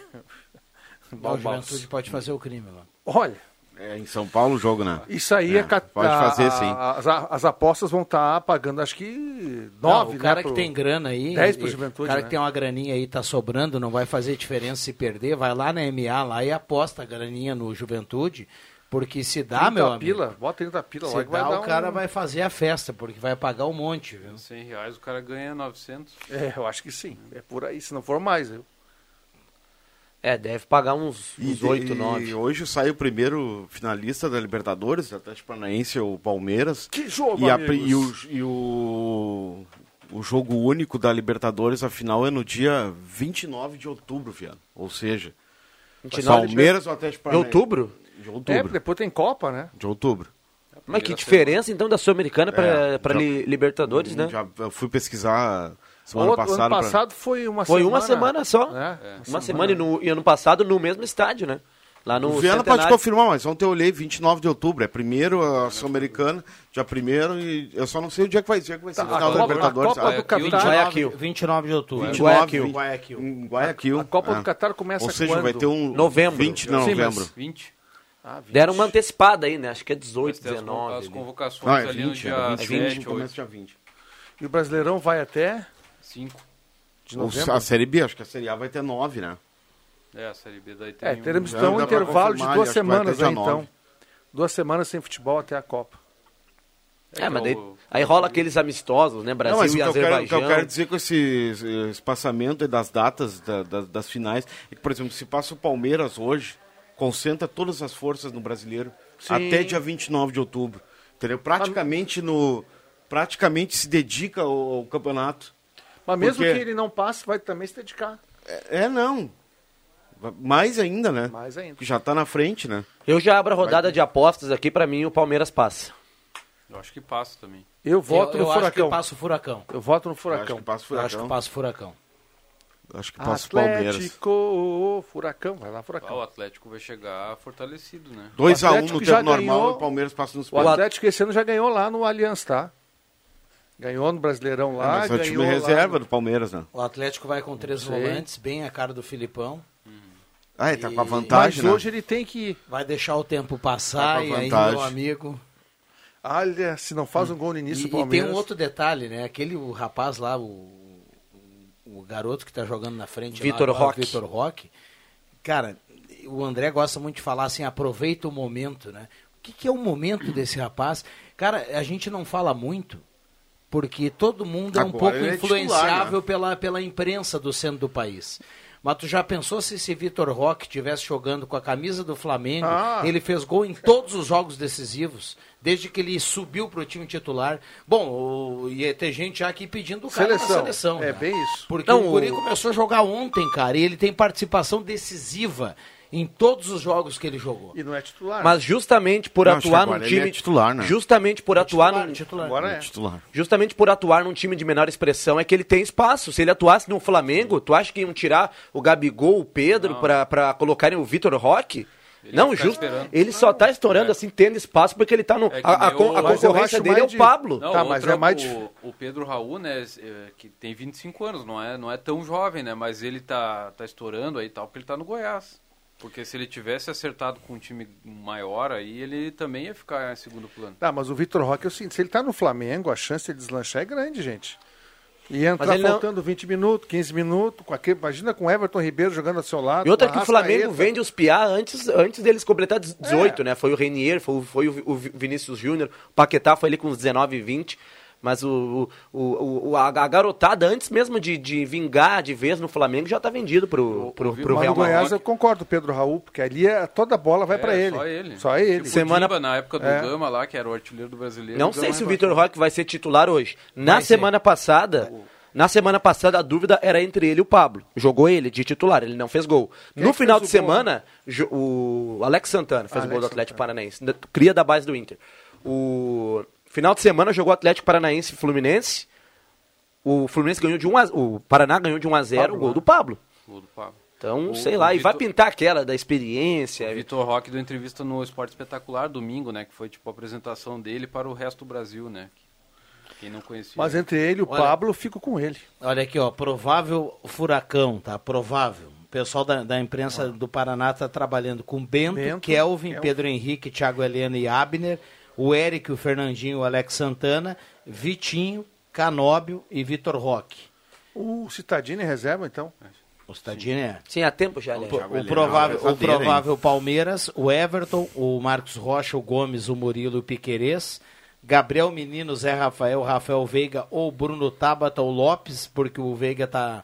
Não, o Juventude pode fazer o crime lá. Olha, É em São Paulo o jogo, né? isso aí é, É, cat- pode a- fazer, a- sim. As, as apostas vão estar pagando, acho que Não, nove, o cara né? que pro- tem grana aí, dez pro e- Juventude, o cara né? que tem uma graninha aí, tá sobrando, não vai fazer diferença se perder, vai lá na M A lá e aposta a graninha no Juventude, porque se dá, trinta meu amigo, pila, bota trinta pila se lá que vai dá, dar o cara um... vai fazer a festa, porque vai pagar um monte, viu? cem reais o cara ganha novecentos. É, eu acho que sim. É por aí, se não for mais. Eu... É, deve pagar uns, E, uns oito, e nove. hoje sai o primeiro finalista da Libertadores, o Atlético Paranaense ou o Palmeiras. Que jogo, E, a, amigos! e, o, e o, o jogo único da Libertadores, a final é no dia vinte e nove de outubro, viado. Ou seja, vinte e nove de Palmeiras ou Atlético De Paranaense? outubro? De É, outubro. depois tem Copa, né? De outubro. Mas que diferença então da Sul-Americana para É, para já- li, Libertadores, né? Já eu fui pesquisar semana Outro- passada. ano pra- passado foi uma Foi semana. uma semana só. né? Uma semana e, no, e ano passado no mesmo estádio, né? Lá no O Viana pode Centenário. confirmar, mas ontem eu olhei vinte e nove de outubro. É primeiro a Sul-Americana, dia primeiro, e eu só não sei o dia que vai, dia que vai ser Tá, o final a da Copa- Libertadores. a Copa Ah, do é, Catar- Guayaquil. vinte e nove de outubro. vinte e Guayaquil. nove, Guayaquil. em Guayaquil. A Copa é. do Catar começa Ou seja, quando? vai ter um Novembro. vinte de Sim, novembro. mas- vinte. Ah, vinte. Deram uma antecipada aí, né? Acho que é dezoito, Mas tem as, con- dezenove. as ali. convocações Não, é ali no vinte, dia é vinte, sete, começa oito, dia vinte. E o Brasileirão vai até cinco. de Ou novembro? A Série B, acho que a Série A vai ter nove, né? É, a Série B daí tem É, um- teremos Já então um dá pra intervalo de confirmar, duas acho que vai semanas até dia aí, então. nove. Duas semanas sem futebol até a Copa. É, mas que daí, o- aí rola aqueles amistosos, né? Brasil Não, mas o e que, eu quero, o que Azerbaijão. eu quero dizer com esse esse espaçamento aí das datas da- da- das finais é que, por exemplo, se passa o Palmeiras hoje, concentra todas as forças no Brasileiro Sim. até dia vinte e nove de outubro. Entendeu? Praticamente no, praticamente se dedica ao, ao campeonato. Mas mesmo Porque... que ele não passe, vai também se dedicar. É, é não. Mais ainda, né? Mais ainda. Já tá na frente, né? Eu já abro a rodada de apostas aqui, pra mim o Palmeiras passa. Eu acho que passa também. Eu voto eu, eu no acho Furacão. que passa o Furacão. Eu voto no Eu Furacão. acho que passa o Eu Furacão. acho que passa o Furacão. Eu acho que passa o Palmeiras. Atlético, Furacão, vai lá, Ah, Furacão. o Atlético vai chegar fortalecido, né? dois a um Atlético no já tempo normal ganhou- e o Palmeiras passa nos O pênaltis. Atlético esse ano já ganhou lá no Allianz, tá? Ganhou no Brasileirão lá, Mas é o ganhou time lá reserva no- do Palmeiras, né? O Atlético vai com três Sei. volantes, bem a cara do Filipão. Ah, ele tá com a E- vantagem, Mas né? hoje ele tem que ir. Vai deixar o tempo Tá passar com a e aí, vantagem. meu amigo... Olha, se não faz um gol no E, início, e o tem Palmeiras... um outro detalhe, né? Aquele o rapaz lá, o, o, o garoto que tá jogando na frente, Vitor lá, agora, Roque. o Vitor Roque. Cara, o André gosta muito de falar assim, aproveita o momento, né? O que, que é o momento desse rapaz? Cara, a gente não fala muito, porque todo mundo é um Agora pouco ele é influenciável titular, né? pela, pela imprensa do centro do país. Mas tu já pensou se esse Vitor Roque estivesse jogando com a camisa do Flamengo? Ah. Ele fez gol em todos os jogos decisivos, desde que ele subiu para o time titular. Bom, o, ia ter gente já aqui pedindo o cara Seleção. na seleção. É né? bem isso. Porque Não, o Guri o- começou a jogar ontem, cara, e ele tem participação decisiva em todos os jogos que ele jogou. E não é titular. Mas justamente por Não, acho que atuar agora num ele time... é titular, né? Justamente por atuar Titular, num... titular. Agora É é. titular. Justamente por atuar num time de menor expressão é que ele tem espaço. Se ele atuasse no Flamengo, tu acha que iam tirar o Gabigol, o Pedro, pra, pra colocarem o Vitor Roque? Ele Não, ia ficar justo. esperando. Ele só tá estourando É. assim, tendo espaço, porque ele tá no. É que a, a nem con- o- a Mas eu concorrência acho dele é mais o de- Pablo. Não, Tá, outra, mas é mais o, o Pedro Raul, né, é, que tem vinte e cinco anos, não é, não é tão jovem, né, mas ele tá, tá estourando aí e tal, porque ele tá no Goiás. Porque se ele tivesse acertado com um time maior aí, ele também ia ficar em segundo plano. Tá, mas o Vitor Roque é o seguinte, se ele tá no Flamengo, a chance de ele deslanchar é grande, gente. E entrar ele não- faltando vinte minutos, quinze minutos, com aquele, imagina com o Everton Ribeiro jogando ao seu lado. E outra com que o Arrascaeta. Flamengo vende os piá antes, antes deles completar dezoito, né? Foi o Renier, foi, o- foi o, o Vinícius Júnior, o Paquetá foi ali com uns dezenove, vinte. Mas o, o, o, o- a a garotada, antes mesmo de, de vingar de vez no Flamengo, já tá vendido pro, pro, pro Mas Real no Goiás Madrid. eu concordo, Pedro Raul, porque ali é, toda a bola vai É, pra ele. só ele. Só ele. Tipo, Semana- o Diba, na época do É. Gama lá, que era o artilheiro do brasileiro. Não o sei Gama se o rebaixou. Vitor Roque vai ser titular hoje. Na Vai ser. semana passada, na semana passada a dúvida era entre ele e o Pablo. Jogou ele de titular, ele não fez gol. Quem no que final fez de o gol? semana, jo- o Alex Santana fez Ah, o gol do Alex Atlético Santana. Paranaense. da- Cria da base do Inter. O final de semana jogou Atlético Paranaense e Fluminense. O Fluminense ganhou de um a, o Paraná ganhou de um a zero, Pablo, o gol né? do Pablo. Gol do Pablo. Então, O- sei o lá, e vai Vitor- pintar aquela da experiência. O Vitor Roque deu entrevista no Esporte Espetacular domingo, né? Que foi tipo a apresentação dele para o resto do Brasil, né? Quem não conhecia. Mas entre ele e o Olha- Pablo, eu fico com ele. Olha aqui, ó, provável furacão, tá? Provável. O pessoal da, da imprensa do Paraná tá trabalhando com Bento, Bento, Kelvin, Kelvin. Pedro Henrique, Thiago Helena e Abner, o Eric, o Fernandinho, o Alex Santana, Vitinho, Canóbio e Vitor Roque. O Citadini é reserva, então. O Stadini é. Sim, há tempo já, né? O, o provável, o provável Palmeiras, o Everton, o Marcos Rocha, o Gomes, o Murilo e o Piquerez, Gabriel Menino, Zé Rafael, Rafael Veiga ou Bruno Tabata ou Lopes, porque o Veiga tá...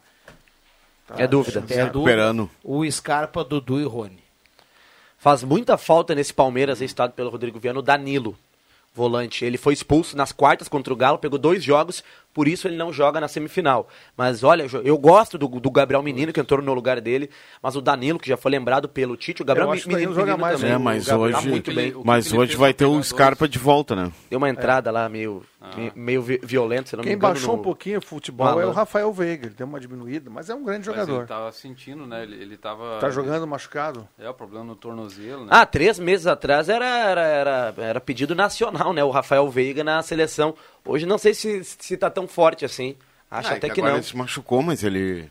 É dúvida. é dúvida. recuperando. O Scarpa, Dudu e Rony. Faz muita falta nesse Palmeiras, estado pelo Rodrigo Viana, o Danilo, volante. Ele foi expulso nas quartas contra o Galo, pegou dois jogos, por isso ele não joga na semifinal. Mas olha, eu gosto do, do Gabriel Menino, que entrou no lugar dele, mas o Danilo, que já foi lembrado pelo Tite, o Gabriel Eu acho que o Menino, Danilo joga Menino mais, também. É, o mas Gabriel hoje, tá muito bem. O que mas que ele hoje fez vai pra ter o pegar Scarpa dois? de volta, né? Deu uma entrada lá meio, me- meio vi- violenta, se não me Quem engano. baixou no- um pouquinho o futebol Malandro. é o Rafael Veiga. Ele deu uma diminuída, mas é um grande Mas jogador. ele tava sentindo, né? Ele, ele tava... Tá jogando machucado. É, o problema no tornozelo, né? Ah, três meses atrás era, era, era, era pedido nacional, né? O Rafael Veiga na seleção. Hoje não sei se, se tá tão forte assim. Acho Ah, até que que agora não. ele se machucou, mas ele,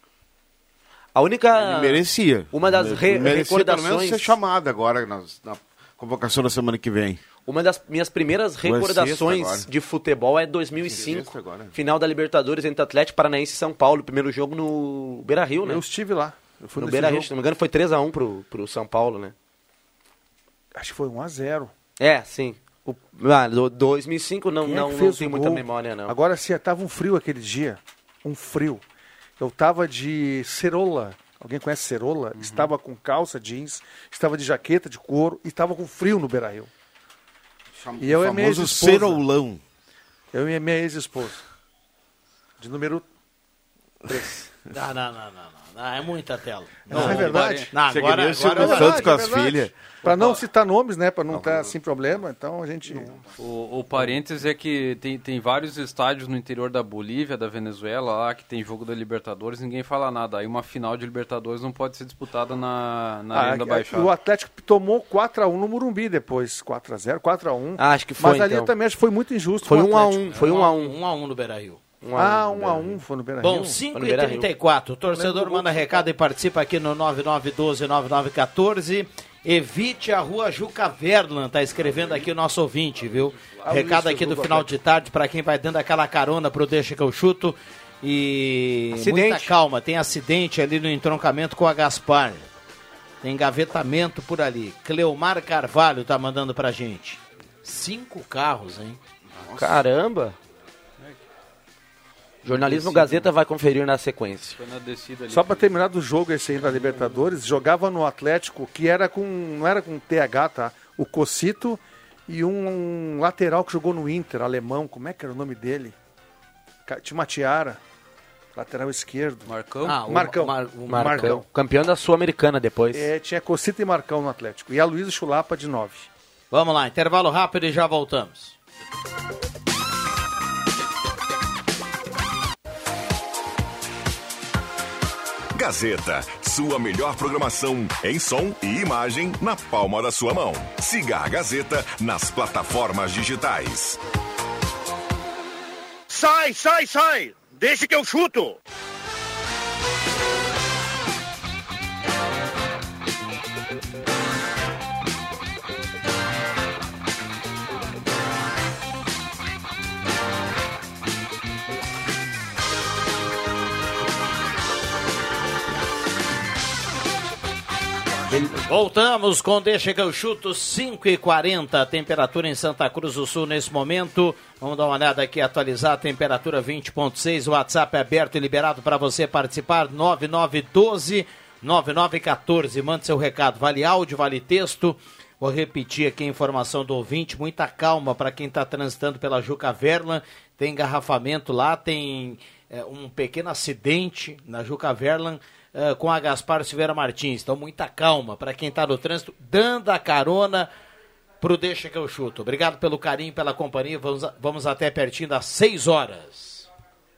A única... ele merecia. Uma das Ele re- merecia pelo menos recordações... ser chamado agora nas- na convocação da semana que vem. Uma das minhas primeiras Vai recordações sexta agora. de futebol é dois mil e cinco, Sexta agora. final da Libertadores entre Atlético Paranaense e São Paulo, primeiro jogo no Beira-Rio, né? Eu estive lá. Eu fui No nesse Beira-Rio, se jogo. não me engano, foi três a um pro, pro São Paulo, né? Acho que foi um a zero. É, sim. O, ah, do dois mil e cinco não, Quem é não, que não fez tenho o muita gol? memória, não. Agora, se tava um frio aquele dia, um frio. Eu tava de cerola. Alguém conhece cerola? Uhum. Estava com calça jeans, estava de jaqueta de couro e estava com frio no Beira-Rio. E eu o e minha famoso ex-esposa. cerolão. Eu e minha ex-esposa. De número três. Não, não, não, não, não. É muita tela. Não, não é verdade? Não, agora, agora, agora agora é Santos com as filhas. Para não citar nomes, né? Para não estar sem problema, então a gente... O, o parênteses é que tem, tem vários estádios no interior da Bolívia, da Venezuela, lá que tem jogo da Libertadores, ninguém fala nada. Aí uma final de Libertadores não pode ser disputada na, na ah, Arena da Baixada. O Atlético tomou quatro a um no Morumbi depois, quatro a zero, quatro a um. Ah, acho que foi, Mas ali então. também acho que foi muito injusto. Foi um a um, foi um a um. um a um no Beira-Rio. Um ah, um a um foi no Beira-Rio. Bom, cinco e trinta e quatro. O torcedor manda recado e participa aqui no nove nove um dois nove nove um quatro. Evite a rua Juca Verlan, tá escrevendo aqui o nosso ouvinte, viu? Recado aqui do final de tarde para quem vai dando aquela carona pro Deixa que eu chuto. E acidente. Muita calma, tem acidente ali no entroncamento com a Gaspar. Tem engavetamento por ali. Cleomar Carvalho tá mandando pra gente. Cinco carros, hein? Nossa. Caramba! Jornalismo Gazeta vai conferir na sequência. Foi na descida ali. Só para terminar do jogo esse aí da Libertadores, jogava no Atlético, que era com, não era com T H, tá? O Cocito e um, um lateral que jogou no Inter, alemão, como é que era o nome dele? Tinha uma tiara, lateral esquerdo. Marcão? Ah, o Marcão. Mar, o Marcão. Marcão. Campeão da Sul-Americana depois. É, tinha Cocito e Marcão no Atlético. E a Luísa Chulapa de nove. Vamos lá, intervalo rápido e já voltamos. Gazeta, sua melhor programação em som e imagem na palma da sua mão. Siga a Gazeta nas plataformas digitais. Sai, sai, sai! Deixa que eu chuto! Voltamos com Deixa que eu chuto, cinco e quarenta, temperatura em Santa Cruz do Sul nesse momento. Vamos dar uma olhada aqui, atualizar a temperatura vinte ponto seis, o WhatsApp é aberto e liberado para você participar, nove nove um dois nove nove um quatro. Mande seu recado, vale áudio, vale texto. Vou repetir aqui a informação do ouvinte, muita calma para quem está transitando pela Juca Verlan. Tem engarrafamento lá, tem é, um pequeno acidente na Juca Verlan. Uh, com a Gaspar Silveira Martins. Então, muita calma para quem está no trânsito, dando a carona pro Deixa que eu chuto. Obrigado pelo carinho, pela companhia. Vamos, vamos até pertinho das seis horas.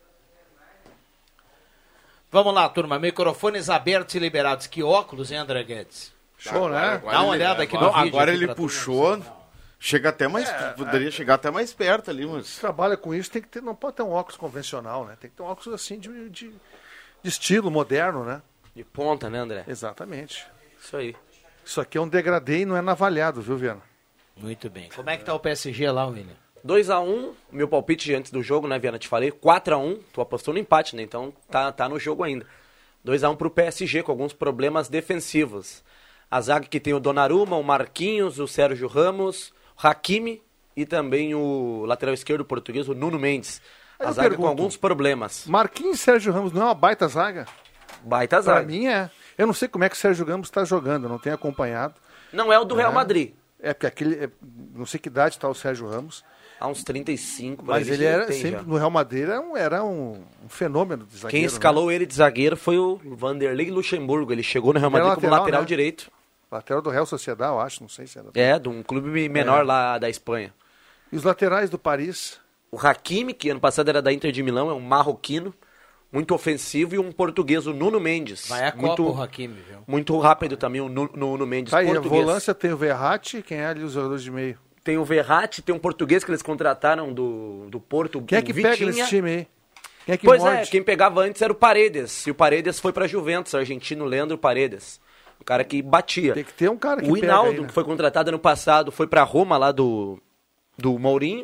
Vamos lá, turma. Microfones abertos e liberados. Que óculos, hein, André Guedes? Show, né? Dá uma olhada aqui no Não, vídeo. agora aqui ele puxou... Turma. Chega até mais... É, poderia é. chegar até mais perto ali, mas... Se trabalha com isso, tem que ter, não pode ter um óculos convencional, né? Tem que ter um óculos assim de... de... de estilo moderno, né? De ponta, né, André? Exatamente. Isso aí. Isso aqui é um degradê e não é navalhado, viu, Viana? Muito bem. Como é que tá o P S G lá, William? dois a um, meu palpite antes do jogo, né, Viana? Te falei. quatro a um, tu apostou no empate, né? Então tá, tá no jogo ainda. dois a um pro P S G, com alguns problemas defensivos. A zaga que tem o Donnarumma, o Marquinhos, o Sérgio Ramos, o Hakimi e também o lateral esquerdo português, o Nuno Mendes. Aí a eu zaga pergunto, com alguns problemas. Marquinhos e Sérgio Ramos não é uma baita zaga? Baita zaga. Pra mim é. Eu não sei como é que o Sérgio Ramos está jogando, eu não tenho acompanhado. Não é o do Real É. Madrid. É, porque aquele. é, não sei que idade está o Sérgio Ramos. Há uns trinta e cinco. Mas ele era sempre, no Real Madrid, era um, era um, um fenômeno de zagueiro. Quem escalou né? ele de zagueiro foi o Vanderlei Luxemburgo. Ele chegou no Real Ele era Madrid como lateral, lateral né? direito. Lateral do Real Sociedade, eu acho, não sei se era. É, de um clube menor É. lá da Espanha. E os laterais do Paris? O Hakimi, que ano passado era da Inter de Milão, é um marroquino, muito ofensivo, e um português, o Nuno Mendes. Vai a muito, Copa o Hakimi, viu? Muito rápido também, o Nu- Nuno Mendes, Tá aí, a português. volância tem o Verratti, quem é ali os jogadores de meio? Tem o Verratti, tem um português que eles contrataram do, do Porto, Quem é o que Vitinha. pega nesse time aí? Quem é que Pois morde? é, quem pegava antes era o Paredes, e o Paredes foi pra Juventus, argentino Leandro Paredes. O cara que batia. Tem que ter um cara que O pega Hinaldo, aí, né? que foi contratado ano passado, foi pra Roma, lá do, do Mourinho.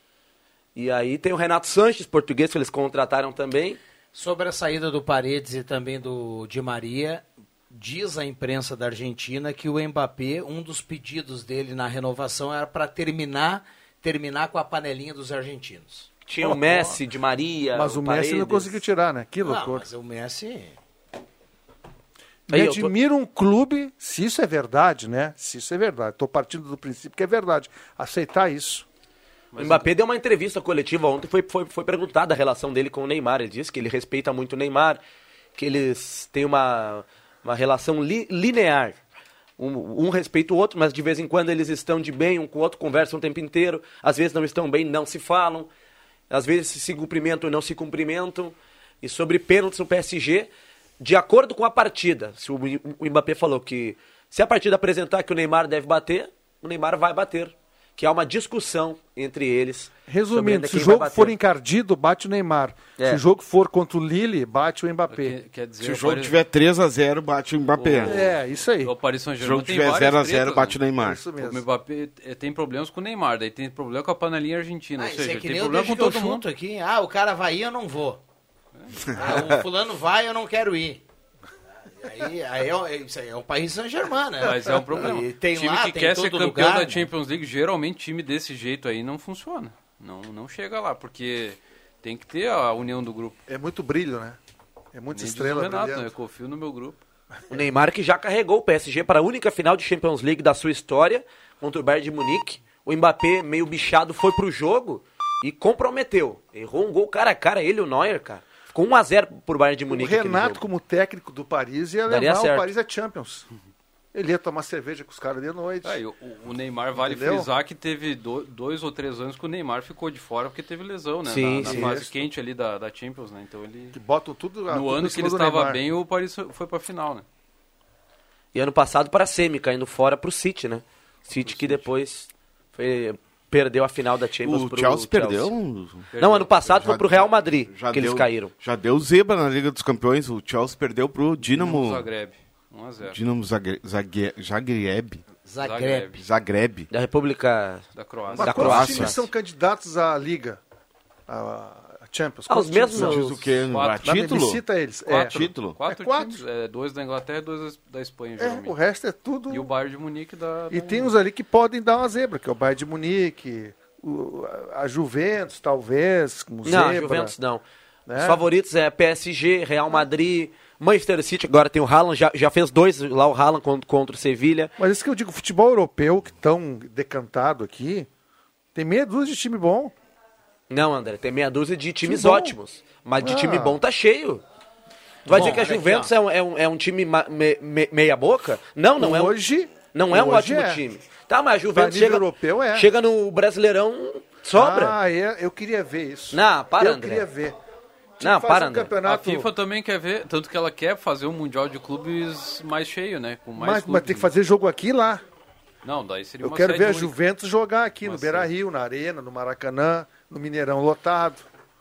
E aí tem o Renato Sanches, português, que eles contrataram também. Sobre a saída do Paredes e também do Di Maria, diz a imprensa da Argentina que o Mbappé, um dos pedidos dele na renovação era para terminar, terminar com a panelinha dos argentinos. Tinha o Messi, Di Maria, Mas o, Messi Paredes. não conseguiu tirar, né? Que Não, loucura. mas o Messi... Me Aí eu tô- admira um clube, se isso é verdade, né? Se isso é verdade. Estou partindo do princípio que é verdade. Aceitar isso. O Mbappé deu uma entrevista coletiva ontem, foi, foi, foi perguntada a relação dele com o Neymar. Ele disse que ele respeita muito o Neymar, que eles têm uma, uma relação li, linear. Um, um respeita o outro, mas de vez em quando eles estão de bem, um com o outro, conversam o tempo inteiro. Às vezes não estão bem, não se falam. Às vezes se cumprimentam e não se cumprimentam. E sobre pênaltis no P S G, de acordo com a partida, se o, o Mbappé falou que se a partida apresentar que o Neymar deve bater, o Neymar vai bater. Que há uma discussão entre eles. Resumindo, se o jogo for encardido, bate o Neymar. É. Se o jogo for contra o Lille, bate o Mbappé. Quer, quer dizer, se o jogo Paris... tiver três a zero, bate o Mbappé. O... É, isso aí. O Paris Saint-Germain se o jogo tiver zero a zero, bate o Neymar. Isso mesmo. O Mbappé tem problemas com o Neymar, daí tem problema com a panelinha argentina. Ah, ou seja, é que tem nem problema com todo mundo. Aqui. Ah, o cara vai ir, eu não vou. É. Ah, o fulano vai, eu não quero ir. Aí, aí é, isso aí é o Paris Saint-Germain, né? Mas é um problema. E tem time lá, que tem quer todo ser campeão lugar, da né? Champions League, geralmente time desse jeito aí não funciona. Não, não chega lá, porque tem que ter a união do grupo. É muito brilho, né? É muita Nem estrela diz o Renato, brilhando. eu confio no meu grupo. O Neymar que já carregou o P S G para a única final de Champions League da sua história, contra o Bayern de Munique. O Mbappé, meio bichado, foi pro jogo e comprometeu. Errou um gol cara a cara, ele e o Neuer, cara. Ficou um a zero pro Bayern de Munique. O Renato, como técnico do Paris, ia Daria levar certo. o Paris a Champions. Ele ia tomar cerveja com os caras de noite. Ah, o, o Neymar, vale Entendeu? frisar que teve do, dois ou três anos que o Neymar ficou de fora porque teve lesão, né? Sim, na sim. na fase quente ali da, da Champions, né? Então ele... Que botam tudo No tudo ano em que cima ele do estava Neymar. bem, o Paris foi pra final, né? E ano passado para a Semi, caindo fora pro City, né? City Pro que City. depois foi, perdeu a final da Champions O pro Chelsea perdeu? Não, ano passado Já- foi pro Real Madrid já que deu, eles caíram. Já deu zebra na Liga dos Campeões. O Chelsea perdeu pro Dinamo Dinamo... Zagreb, um a zero. Dinamo Zagre- Zagre- Zagreb. Zagreb. Zagreb. Da República Da Croácia. Mas da quantos Croácia. times são candidatos à Liga? A, a Champions? Ah, os Quantos times mesmos- são? Diz o quê? Quatro. A título? Me cita eles. Quatro, título? Quatro, É quatro. times, é, dois da Inglaterra e dois da Espanha, É, geralmente. o resto é tudo... E o Bayern de Munique da... E da- tem uns ali que podem dar uma zebra, que é o Bayern de Munique, o- a Juventus, talvez, com Não, zebra. Juventus não. né? Os favoritos é P S G, Real Madrid, Manchester City, agora tem o Haaland, já, já fez dois lá o Haaland contra, contra o Sevilha. Mas isso que eu digo, futebol europeu, que tão decantado aqui, tem meia dúzia de time bom. Não, André, tem meia dúzia de times Time bom. ótimos, mas de Ah. time bom tá cheio. Tu vai Bom, dizer que a olha aqui, Juventus ó. é, um, é, um, é um time ma- me- me- meia boca? Não, não é um, Hoje, não é um hoje ótimo é. time. Tá, mas a Pra Juventus nível chega, europeu, é. chega no Brasileirão, sobra. Ah, é, eu queria ver isso. Não, para, Eu André. queria ver. Tinha Não, que fazer para, um André. A campeonato, FIFA também quer ver, tanto que ela quer fazer um Mundial de Clubes mais cheio, né? Com mais mas, clubes, mas tem que né? fazer jogo aqui e lá. Não, daí seria Eu uma quero sede ver a única. Juventus jogar aqui Uma no Beira-Rio, na Arena, no Maracanã, no Mineirão lotado.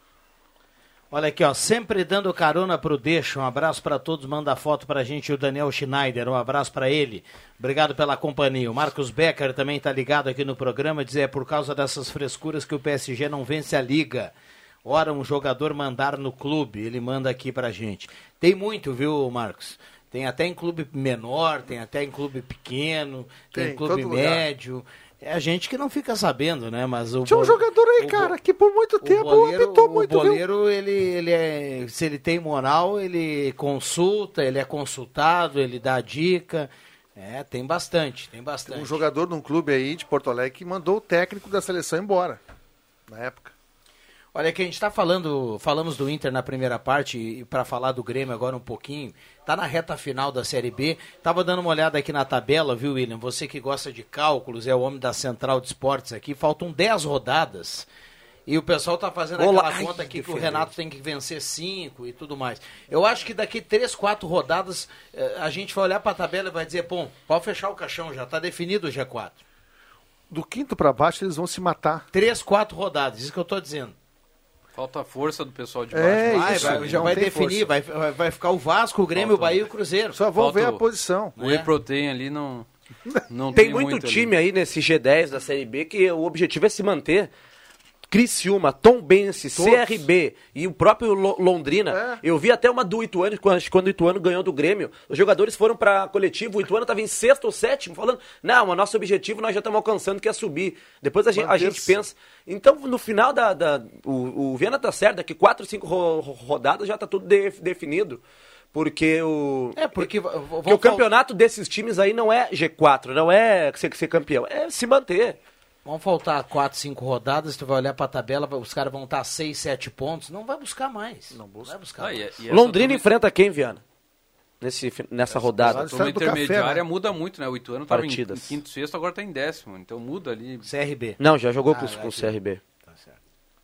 Olha aqui, ó, sempre dando carona pro Deixa. Um abraço para todos, manda foto pra gente o Daniel Schneider, um abraço para ele. Obrigado pela companhia. O Marcos Becker também tá ligado aqui no programa, dizer é por causa dessas frescuras que o P S G não vence a Liga. Ora, um jogador mandar no clube, ele manda aqui pra gente. Tem muito, viu, Marcos? Tem até em clube menor, tem até em clube pequeno, tem, Tem, em clube todo lugar. médio. É a gente que não fica sabendo, né? Mas o Tinha um bo- jogador aí, o bo- cara, que por muito o tempo boleiro, apitou o muito, viu? boleiro ele, ele é, se ele tem moral, ele consulta, ele é consultado, ele dá dica. É, tem bastante, tem bastante. Um jogador num clube aí de Porto Alegre que mandou o técnico da seleção embora, na época. Olha que a gente está falando, falamos do Inter na primeira parte e para falar do Grêmio agora um pouquinho, tá na reta final da Série B, tava dando uma olhada aqui na tabela, viu, William? Você que gosta de cálculos, é o homem da Central de Esportes aqui, faltam dez rodadas e o pessoal tá fazendo Olá. aquela conta Ai, aqui que o defendeu. Renato tem que vencer cinco e tudo mais. Eu acho que daqui três, quatro rodadas eh, a gente vai olhar para a tabela e vai dizer, pô, pode fechar o caixão, já tá definido o G quatro. Do quinto para baixo eles vão se matar. Três, quatro rodadas, isso que eu tô dizendo. Falta a força do pessoal de baixo. É, Vai, isso, vai, já não vai tem definir, força. vai, vai- vai ficar o Vasco, o Grêmio, Falta- o Bahia e o Cruzeiro. Só vão Falta ver a o- posição. O Whey Protein ali não, não Tem tem, muito, muito time ali. aí nesse G dez da Série B que o objetivo é se manter. Criciúma, Tombense, C R B e o próprio Lo- Londrina. É. Eu vi até uma do Ituano, quando, quando o Ituano ganhou do Grêmio. Os jogadores foram para coletivo, o Ituano estava em sexto ou sétimo, falando, não, o nosso objetivo nós já estamos alcançando, que é subir. Depois a gente, a gente Manter-se. pensa... Então, no final da... da o, o Viana tá certo, daqui quatro, cinco ro- ro- rodadas já tá tudo de- definido. Porque o... É, porque... Porque o campeonato desses times aí não é G quatro, não é ser, ser campeão, é se manter. Vão faltar quatro, cinco rodadas, tu vai olhar pra tabela, os caras vão estar seis, sete pontos, não vai buscar mais. Não, busca. vai buscar. Ah, e, e Londrina turma... enfrenta quem, Viana? Nesse, nessa rodada. A turma intermediária café, né? Muda muito, né? O Ituano estava em, em quinto, sexto, agora está em décimo. Então muda ali. C R B. Não, já jogou ah, com, com o C R B. Tá certo.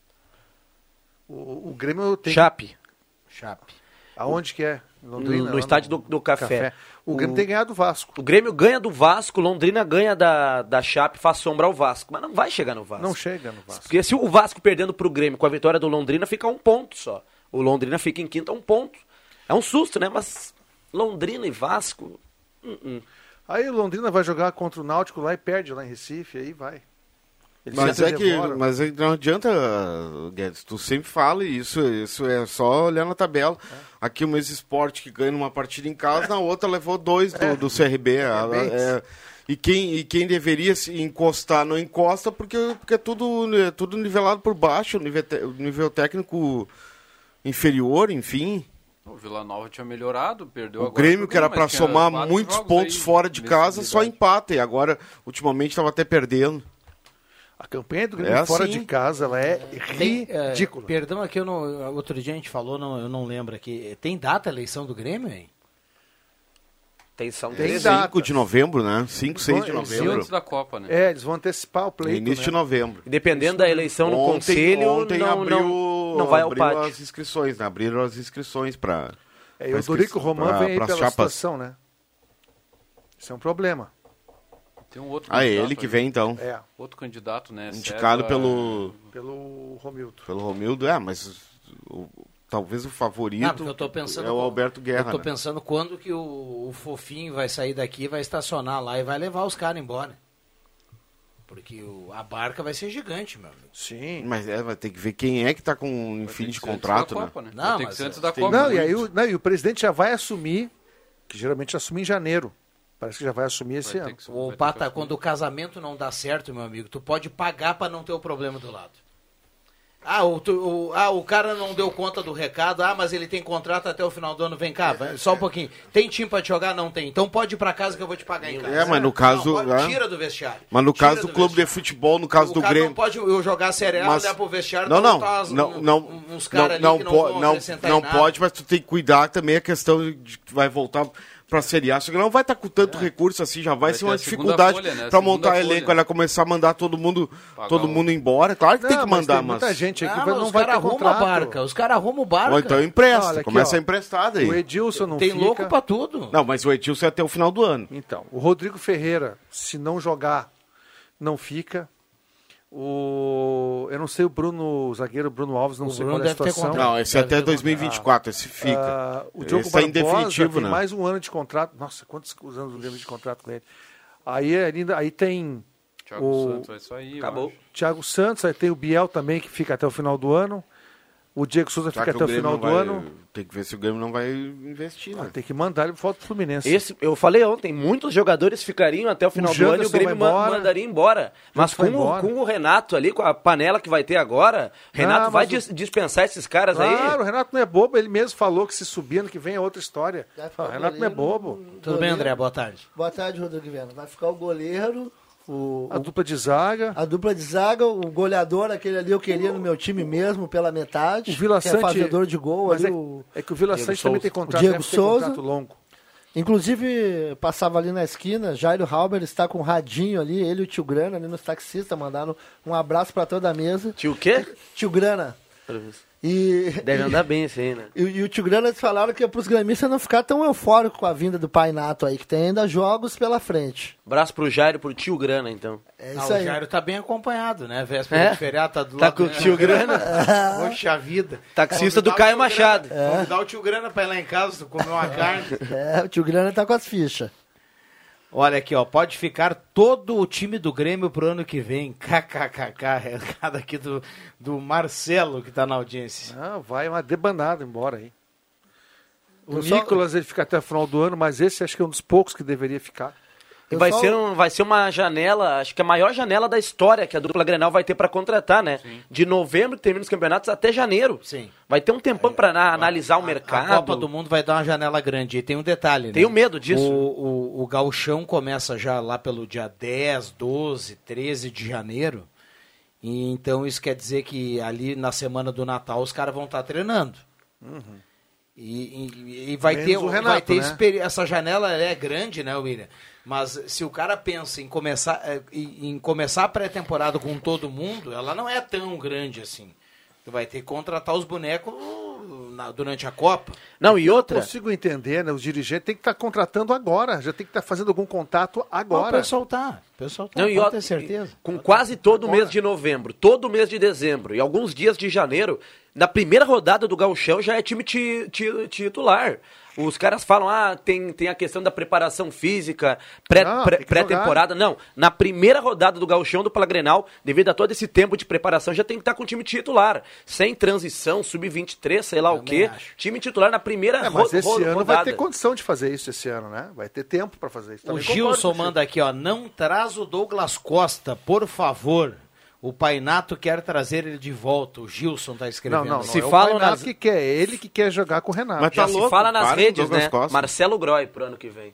O, o Grêmio tem... Chape. Chape. Aonde que é? Londrina, no, no estádio do, do Café. Café. O Grêmio o, tem que ganhar do Vasco. O Grêmio ganha do Vasco, Londrina ganha da, da Chape, faz sombra ao Vasco. Mas não vai chegar no Vasco. Não chega no Vasco. Porque se o Vasco perdendo pro Grêmio com a vitória do Londrina, fica um ponto só. O Londrina fica em quinto a um ponto. É um susto, né? Mas Londrina e Vasco... Uh -uh. Aí o Londrina vai jogar contra o Náutico lá e perde lá em Recife, aí vai. Ele mas é que mas não adianta, Guedes, tu sempre fala isso, isso é só olhar na tabela. É. Aqui o mesmo esporte que ganha numa partida em casa, é. na outra levou dois do, é. do C R B. É, é, e, quem, e quem deveria se encostar não encosta porque, porque é tudo, é tudo nivelado por baixo, nível, nível técnico inferior, enfim. O Vila Nova tinha melhorado, perdeu o agora. O Grêmio, que era para somar muitos pontos fora de casa, só empata. E agora, ultimamente, estava até perdendo. A campanha do Grêmio é fora assim. de casa, ela é ridícula. É, perdão, aqui eu não, outro dia a gente falou, não, eu não lembro aqui. Tem data a eleição do Grêmio, hein? Tem São Tem cinco de novembro, né? cinco, seis de novembro. Antes da Copa, né? É, eles vão antecipar o pleito. Início né? de novembro. Dependendo da eleição no ontem, conselho, ontem não, abriu, não, não vai ao abriu pátio. as inscrições, né? Abriram as inscrições para... É, e o Dorico Román vem aí pela chapas. situação, né? Isso é um problema. Tem um outro ah, é ele que vem, então. É. Outro candidato, né? Indicado César... pelo... Pelo Romildo. Pelo Romildo, é, mas... O... Talvez o favorito não, eu tô pensando, é o Alberto Guerra. Eu tô né? pensando quando que o, o Fofinho vai sair daqui, vai estacionar lá e vai levar os caras embora. Porque o, a barca vai ser gigante, meu amigo. Sim. Mas é, vai ter que ver quem é que tá com um fim de contrato, né? Copa, né? Não, tem mas que ser antes é, da tem... Copa. Não, e aí o, não, e o presidente já vai assumir, que geralmente assume em janeiro. Parece que já vai assumir esse vai ano. Que, o Pata, quando o casamento não dá certo, meu amigo, tu pode pagar para não ter o problema do lado. Ah o, o, ah, o cara não deu conta do recado. Ah, mas ele tem contrato até o final do ano. Vem cá, vai, só um pouquinho. Tem time pra te jogar? Não tem. Então pode ir pra casa que eu vou te pagar em casa. É, mas no caso... Não, pode, tira do vestiário. Mas no caso do, do clube de futebol, no caso o do Grêmio... não pode eu jogar cereal, mas... olhar pro vestiário... Não, não, umas, não, um, não, uns caras ali não, que não po vão não, acrescentar não em nada. pode, mas tu tem que cuidar também a questão de que vai voltar... Pra Série A, só que não vai estar com tanto é. recurso assim, já vai, vai ser uma dificuldade folha, né? Pra montar elenco, ela começar a mandar todo mundo, todo mundo embora. Claro que não, tem que mandar, mas... Tem muita gente aqui não, vai, não vai ter arruma contrato. A barca, os caras arrumam o barca. Ou então empresta, não, aqui, começa ó, a emprestar daí. O Edilson não tem fica... louco pra tudo. Não, mas o Edilson é até o final do ano. Então, o Rodrigo Ferreira, se não jogar, não fica. O... Eu não sei o Bruno, o zagueiro Bruno Alves, não o sei Bruno qual é a situação. Não, esse deve até dois mil e vinte e quatro, esse fica. Uh, o Diogo esse Barbosa é indefinitivo, tem né? mais um ano de contrato. Nossa, quantos anos de contrato com ele? Aí, ainda, aí tem Thiago o Santos, vai sair, acabou. Thiago Santos, aí tem o Biel também, que fica até o final do ano. O Diego Souza fica até o, o final do vai, ano. Tem que ver se o Grêmio não vai investir, né? Ah, tem que mandar ele volta pro Fluminense. Esse, eu falei ontem, muitos jogadores ficariam até o final o do ano e o Grêmio embora, mandaria embora. Mas com o, com o Renato ali, com a panela que vai ter agora, Renato ah, vai o... dispensar esses caras claro, aí? Claro, o Renato não é bobo, ele mesmo falou que se subir ano que vem é outra história. O Renato não é bobo. Tudo bem, André? Boa tarde. Boa tarde, Rodrigo Viana. Vai ficar o goleiro... O, a dupla de zaga. A dupla de zaga, o goleador, aquele ali eu queria no meu time mesmo, pela metade. O Vila que Sante, é fazedor de gol. Ali, é, o, é que o Vila Sante também tem contrato, Diego Souza, contrato longo. Inclusive, passava ali na esquina, Jairo Halber está com um radinho ali, ele e o Tio Grana ali nos taxistas, mandaram um abraço para toda a mesa. Tio o quê? Tio Grana. E, Deve andar bem esse aí, né? E, e o Tio Grana eles falaram que é para os gremistas não ficar tão eufóricos com a vinda do Pai Nato aí, que tem ainda jogos pela frente. Abraço pro Jairo, pro Tio Grana, então. É isso ah, aí. O Jairo tá bem acompanhado, né? Véspera é? de feriado, tá do tá lado. com o Tio Grana. Poxa vida. Taxista do Caio Machado. É. Convidar o Tio Grana pra ir lá em casa comer uma carne. É, o Tio Grana tá com as fichas. Olha aqui, ó, pode ficar todo o time do Grêmio pro ano que vem. KKKK, recado aqui do, do Marcelo, que tá na audiência. Ah, vai uma debanada embora aí. O Eu Nicolas, só... ele fica até o final do ano, mas esse acho que é um dos poucos que deveria ficar. Vai ser, um, vai ser uma janela, acho que a maior janela da história que a dupla Grenal vai ter para contratar, né? Sim. De novembro, que termina os campeonatos, até janeiro. Sim. Vai ter um tempão é, para analisar a, o mercado. A Copa do Mundo vai dar uma janela grande. E tem um detalhe, né? Tenho medo disso. O, o, o gauchão começa já lá pelo dia dez, doze, treze de janeiro. E então isso quer dizer que ali na semana do Natal os caras vão estar treinando. Uhum. E, e, e vai Menos ter, Renato, vai ter né? experi- essa janela é grande, né, William? Mas se o cara pensa em começar, em começar a pré-temporada com todo mundo, ela não é tão grande assim. Tu vai ter que contratar os bonecos na, durante a Copa. Não, e outra... Eu consigo entender, né? Os dirigentes têm que estar tá contratando agora. Já tem que estar tá fazendo algum contato agora. Não, o pessoal tá. O pessoal tá, não, pode e outra, ter certeza. Com quase todo o mês de novembro, todo mês de dezembro e alguns dias de janeiro, na primeira rodada do Gauchão já é time ti, ti, titular. Os caras falam, ah, tem, tem a questão da preparação física, pré, não, pré, pré-temporada. Não, na primeira rodada do Gauchão, do Palagrenal, devido a todo esse tempo de preparação, já tem que estar com o time titular. Sem transição, sub vinte e três, sei lá Eu o quê. Acho. Time titular na primeira é, mas ro- esse rodada. ano vai ter condição de fazer isso esse ano, né? Vai ter tempo para fazer isso. Também o Gilson manda aqui, ó, não traz o Douglas Costa, por favor. O Painato quer trazer ele de volta. O Gilson tá escrevendo. Não, não, não. Se é fala o Painato nas... que quer, ele que quer jogar com o Renato. Mas já tá se louco, fala nas redes, né? Costa. Marcelo Groy pro ano que vem.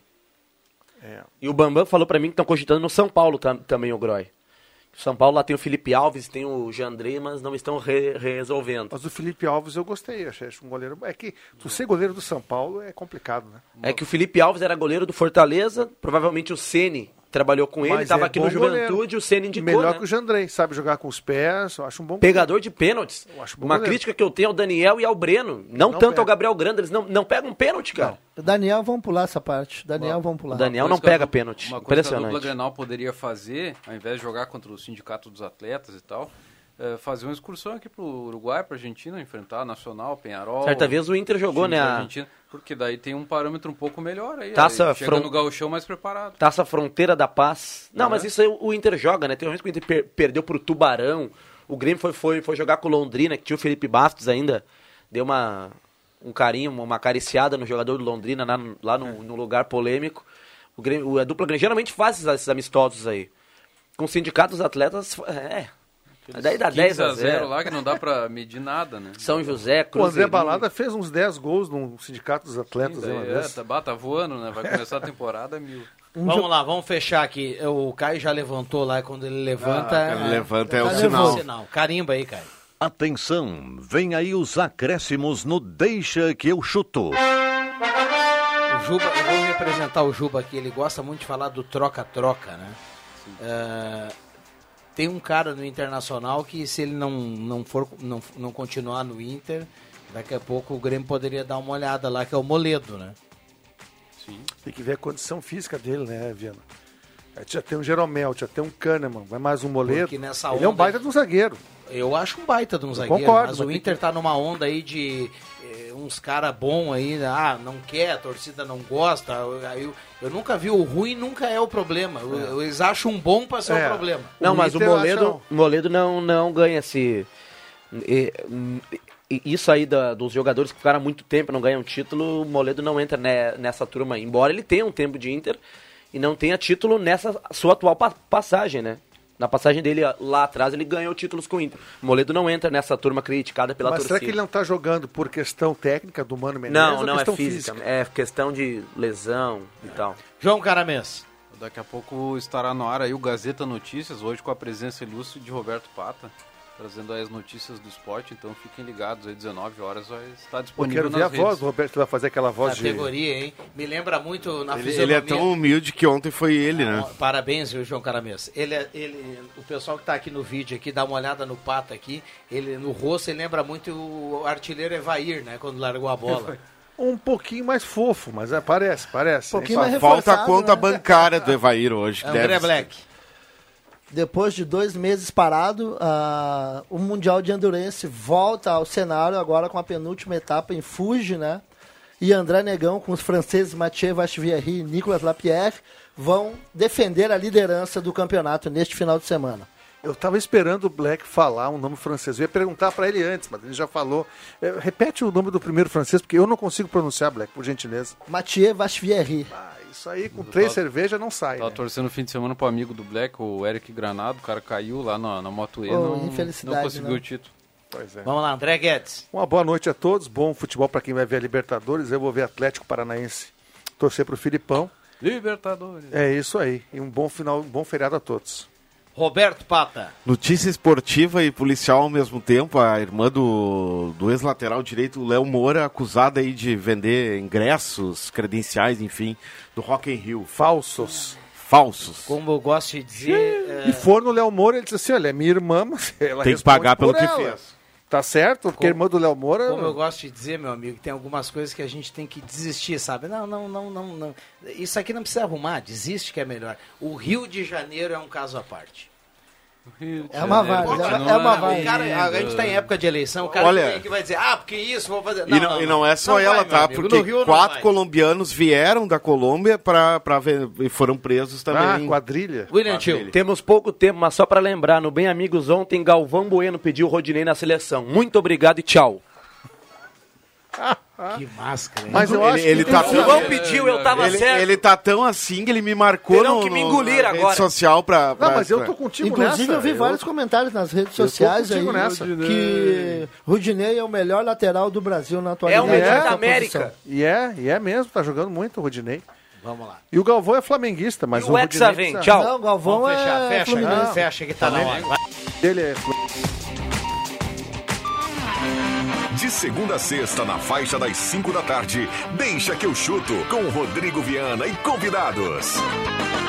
É. E o Bambam falou pra mim que estão cogitando no São Paulo tam, também o Groy. São Paulo lá tem o Felipe Alves, tem o Jandrei, mas não estão re- resolvendo. Mas o Felipe Alves eu gostei, achei um goleiro... É que tu ser goleiro do São Paulo é complicado, né? É que o Felipe Alves era goleiro do Fortaleza, provavelmente o Ceni trabalhou com ele, estava é aqui no Juventude, goleiro. O Ceni indicou, melhor né? que o Jandrei, sabe jogar com os pés, eu acho um bom pegador goleiro. De pênaltis. Eu acho bom Uma goleiro. crítica que eu tenho ao Daniel e ao Breno, não, não tanto pega. Ao Gabriel Granda, eles não, não pegam pênalti, cara. Não. Daniel, vamos pular essa parte. Daniel, vamos pular. O Daniel não pega pênalti. Uma coisa que a dupla Grenal poderia fazer, ao invés de jogar contra o Sindicato dos Atletas e tal, é fazer uma excursão aqui pro Uruguai, pra Argentina, enfrentar a Nacional, Penharol. Certa vez o Inter jogou, né? A... Argentina, porque daí tem um parâmetro um pouco melhor aí. Taça aí chega front... no gauchão mais preparado. Taça Fronteira da Paz. Não, é. Mas isso aí o Inter joga, né? Tem um risco que o Inter per- perdeu pro Tubarão. O Grêmio foi, foi, foi jogar com o Londrina, que tinha o Felipe Bastos ainda. Deu uma, um carinho, uma acariciada no jogador do Londrina, lá, no, lá no, no lugar polêmico. O Grêmio, a dupla Grêmio geralmente faz esses, esses amistosos aí. Com o Sindicato dos Atletas, é... Daí dá dez a zero lá que não dá pra medir nada, né? São José, Cruzeirinho. O André Balada fez uns dez gols no Sindicato dos Atletas. Sim, daí, é, tá, tá voando, né? Vai começar a temporada mil. Um vamos jo... lá, vamos fechar aqui. O Caio já levantou lá, quando ele levanta... Ah, ele é... levanta é, é o sinal. sinal. Carimba aí, Caio. Atenção, vem aí os acréscimos no Deixa que eu chuto. O Juba, eu vou representar o Juba aqui, ele gosta muito de falar do troca-troca, né? Uh... Tem um cara no Internacional que, se ele não, não, for, não, não continuar no Inter, daqui a pouco o Grêmio poderia dar uma olhada lá, que é o Moledo, né? Sim. Tem que ver a condição física dele, né, Viana? Já tem um Jeromel, já tem um Kahneman, vai mais um Moledo. Ele é um baita de um zagueiro. Eu acho um baita de um eu zagueiro, concordo, mas, mas o Inter que... tá numa onda aí de eh, uns caras bons aí, ah, não quer, a torcida não gosta. Eu, eu, eu nunca vi o ruim, nunca é o problema. Eu, é. Eles acham um bom pra ser o é. problema. Não, o mas Inter o Moledo, acha... Moledo não, não ganha esse... E, e, isso aí da, dos jogadores que ficaram há muito tempo e não ganham título, o Moledo não entra ne, nessa turma aí. Embora ele tenha um tempo de Inter e não tenha título nessa sua atual pa, passagem, né? Na passagem dele lá atrás, ele ganhou títulos com o Inter. O Moledo não entra nessa turma criticada pela Mas torcida. Mas será que ele não está jogando por questão técnica do Mano Menezes? Não, não, é física. física. É questão de lesão e é. tal. João Caramês. Daqui a pouco estará no ar aí o Gazeta Notícias, hoje com a presença ilustre de Roberto Pata, trazendo aí as notícias do esporte, então fiquem ligados aí, dezenove horas vai estar disponível nas redes. Eu quero ver a voz do Roberto, que vai fazer aquela voz de... Categoria, hein? Me lembra muito na ele, fisionomia... Ele é tão humilde que ontem foi ele, né? Ah, parabéns, João Caramês. Ele, ele, o pessoal que está aqui no vídeo, aqui, dá uma olhada no Pata aqui, ele, no rosto ele lembra muito o artilheiro Evair, né? Quando largou a bola. Um pouquinho mais fofo, mas é, parece, parece. Um pouquinho mais falta a conta né? bancária do Evair hoje. André deve Black. Ser. Depois de dois meses parado, uh, o Mundial de Endurance volta ao cenário agora com a penúltima etapa em Fuji, né? E André Negão, com os franceses Mathieu Vachvierry e Nicolas Lapierre, vão defender a liderança do campeonato neste final de semana. Eu estava esperando o Black falar um nome francês. Eu ia perguntar para ele antes, mas ele já falou. É, repete o nome do primeiro francês, porque eu não consigo pronunciar, Black, por gentileza. Mathieu Vachvierry. Ah, Isso aí, com três cervejas não sai. Tava né? torcendo no fim de semana pro amigo do Black, o Eric Granado, o cara caiu lá na, na Moto E, Oh, não, infelicidade, não conseguiu né? o título. Pois é. Vamos lá, André Guedes. Uma boa noite a todos, bom futebol para quem vai ver a Libertadores, eu vou ver Atlético Paranaense, torcer pro Filipão. Libertadores. É isso aí, e um bom final, um bom feriado a todos. Roberto Pata. Notícia esportiva e policial ao mesmo tempo. A irmã do, do ex-lateral direito, Léo Moura, acusada aí de vender ingressos, credenciais, enfim, do Rock in Rio. Falsos. Falsos. Como eu gosto de dizer... E for no Léo Moura, ele disse assim, olha, é minha irmã, mas ela Tem que responde pagar pelo por que ela. fez. Tá certo? Porque a irmã do Léo Moura... Como eu gosto de dizer, meu amigo, tem algumas coisas que a gente tem que desistir, sabe? Não, não, não, não, não. Isso aqui não precisa arrumar, desiste que é melhor. O Rio de Janeiro é um caso à parte. É uma várzea, é, é uma várzea. O cara, a gente está em época de eleição, o cara Olha, vem que vai dizer, ah, porque isso, vou fazer... Não, e, não, e não é só não ela, vai, tá? Amigo, porque Rio quatro colombianos vieram da Colômbia pra, pra ver, e foram presos também. Ah, quadrilha. William Tio. Temos pouco tempo, mas só para lembrar, no Bem Amigos ontem, Galvão Bueno pediu o Rodinei na seleção. Muito obrigado e tchau. Que máscara, hein? Mas eu ele, acho que ele tem tá que- O Galvão pediu, eu tava ele, certo. ele tá tão assim que ele me marcou Terão no, que me no- engolir na agora. rede social pra... pra Não, mas eu pra- tô contigo Inclusive, nessa. eu vi vários comentários nas redes sociais aí contigo nessa. que Rudinei é o melhor lateral do Brasil na É atualidade. o melhor É, da nessa América. posição. E é, e é mesmo, tá jogando muito o Rodinei. Vamos lá. E o Galvão é flamenguista, mas E o o Hexa Rodinei vem, precisa- tchau. Não, o Galvão Vamos fechar, é fecha, Fluminense. não, fecha que tá na hora. Vai. Ele é De segunda a sexta, na faixa das cinco da tarde, Deixa que eu chuto, com Rodrigo Viana e convidados.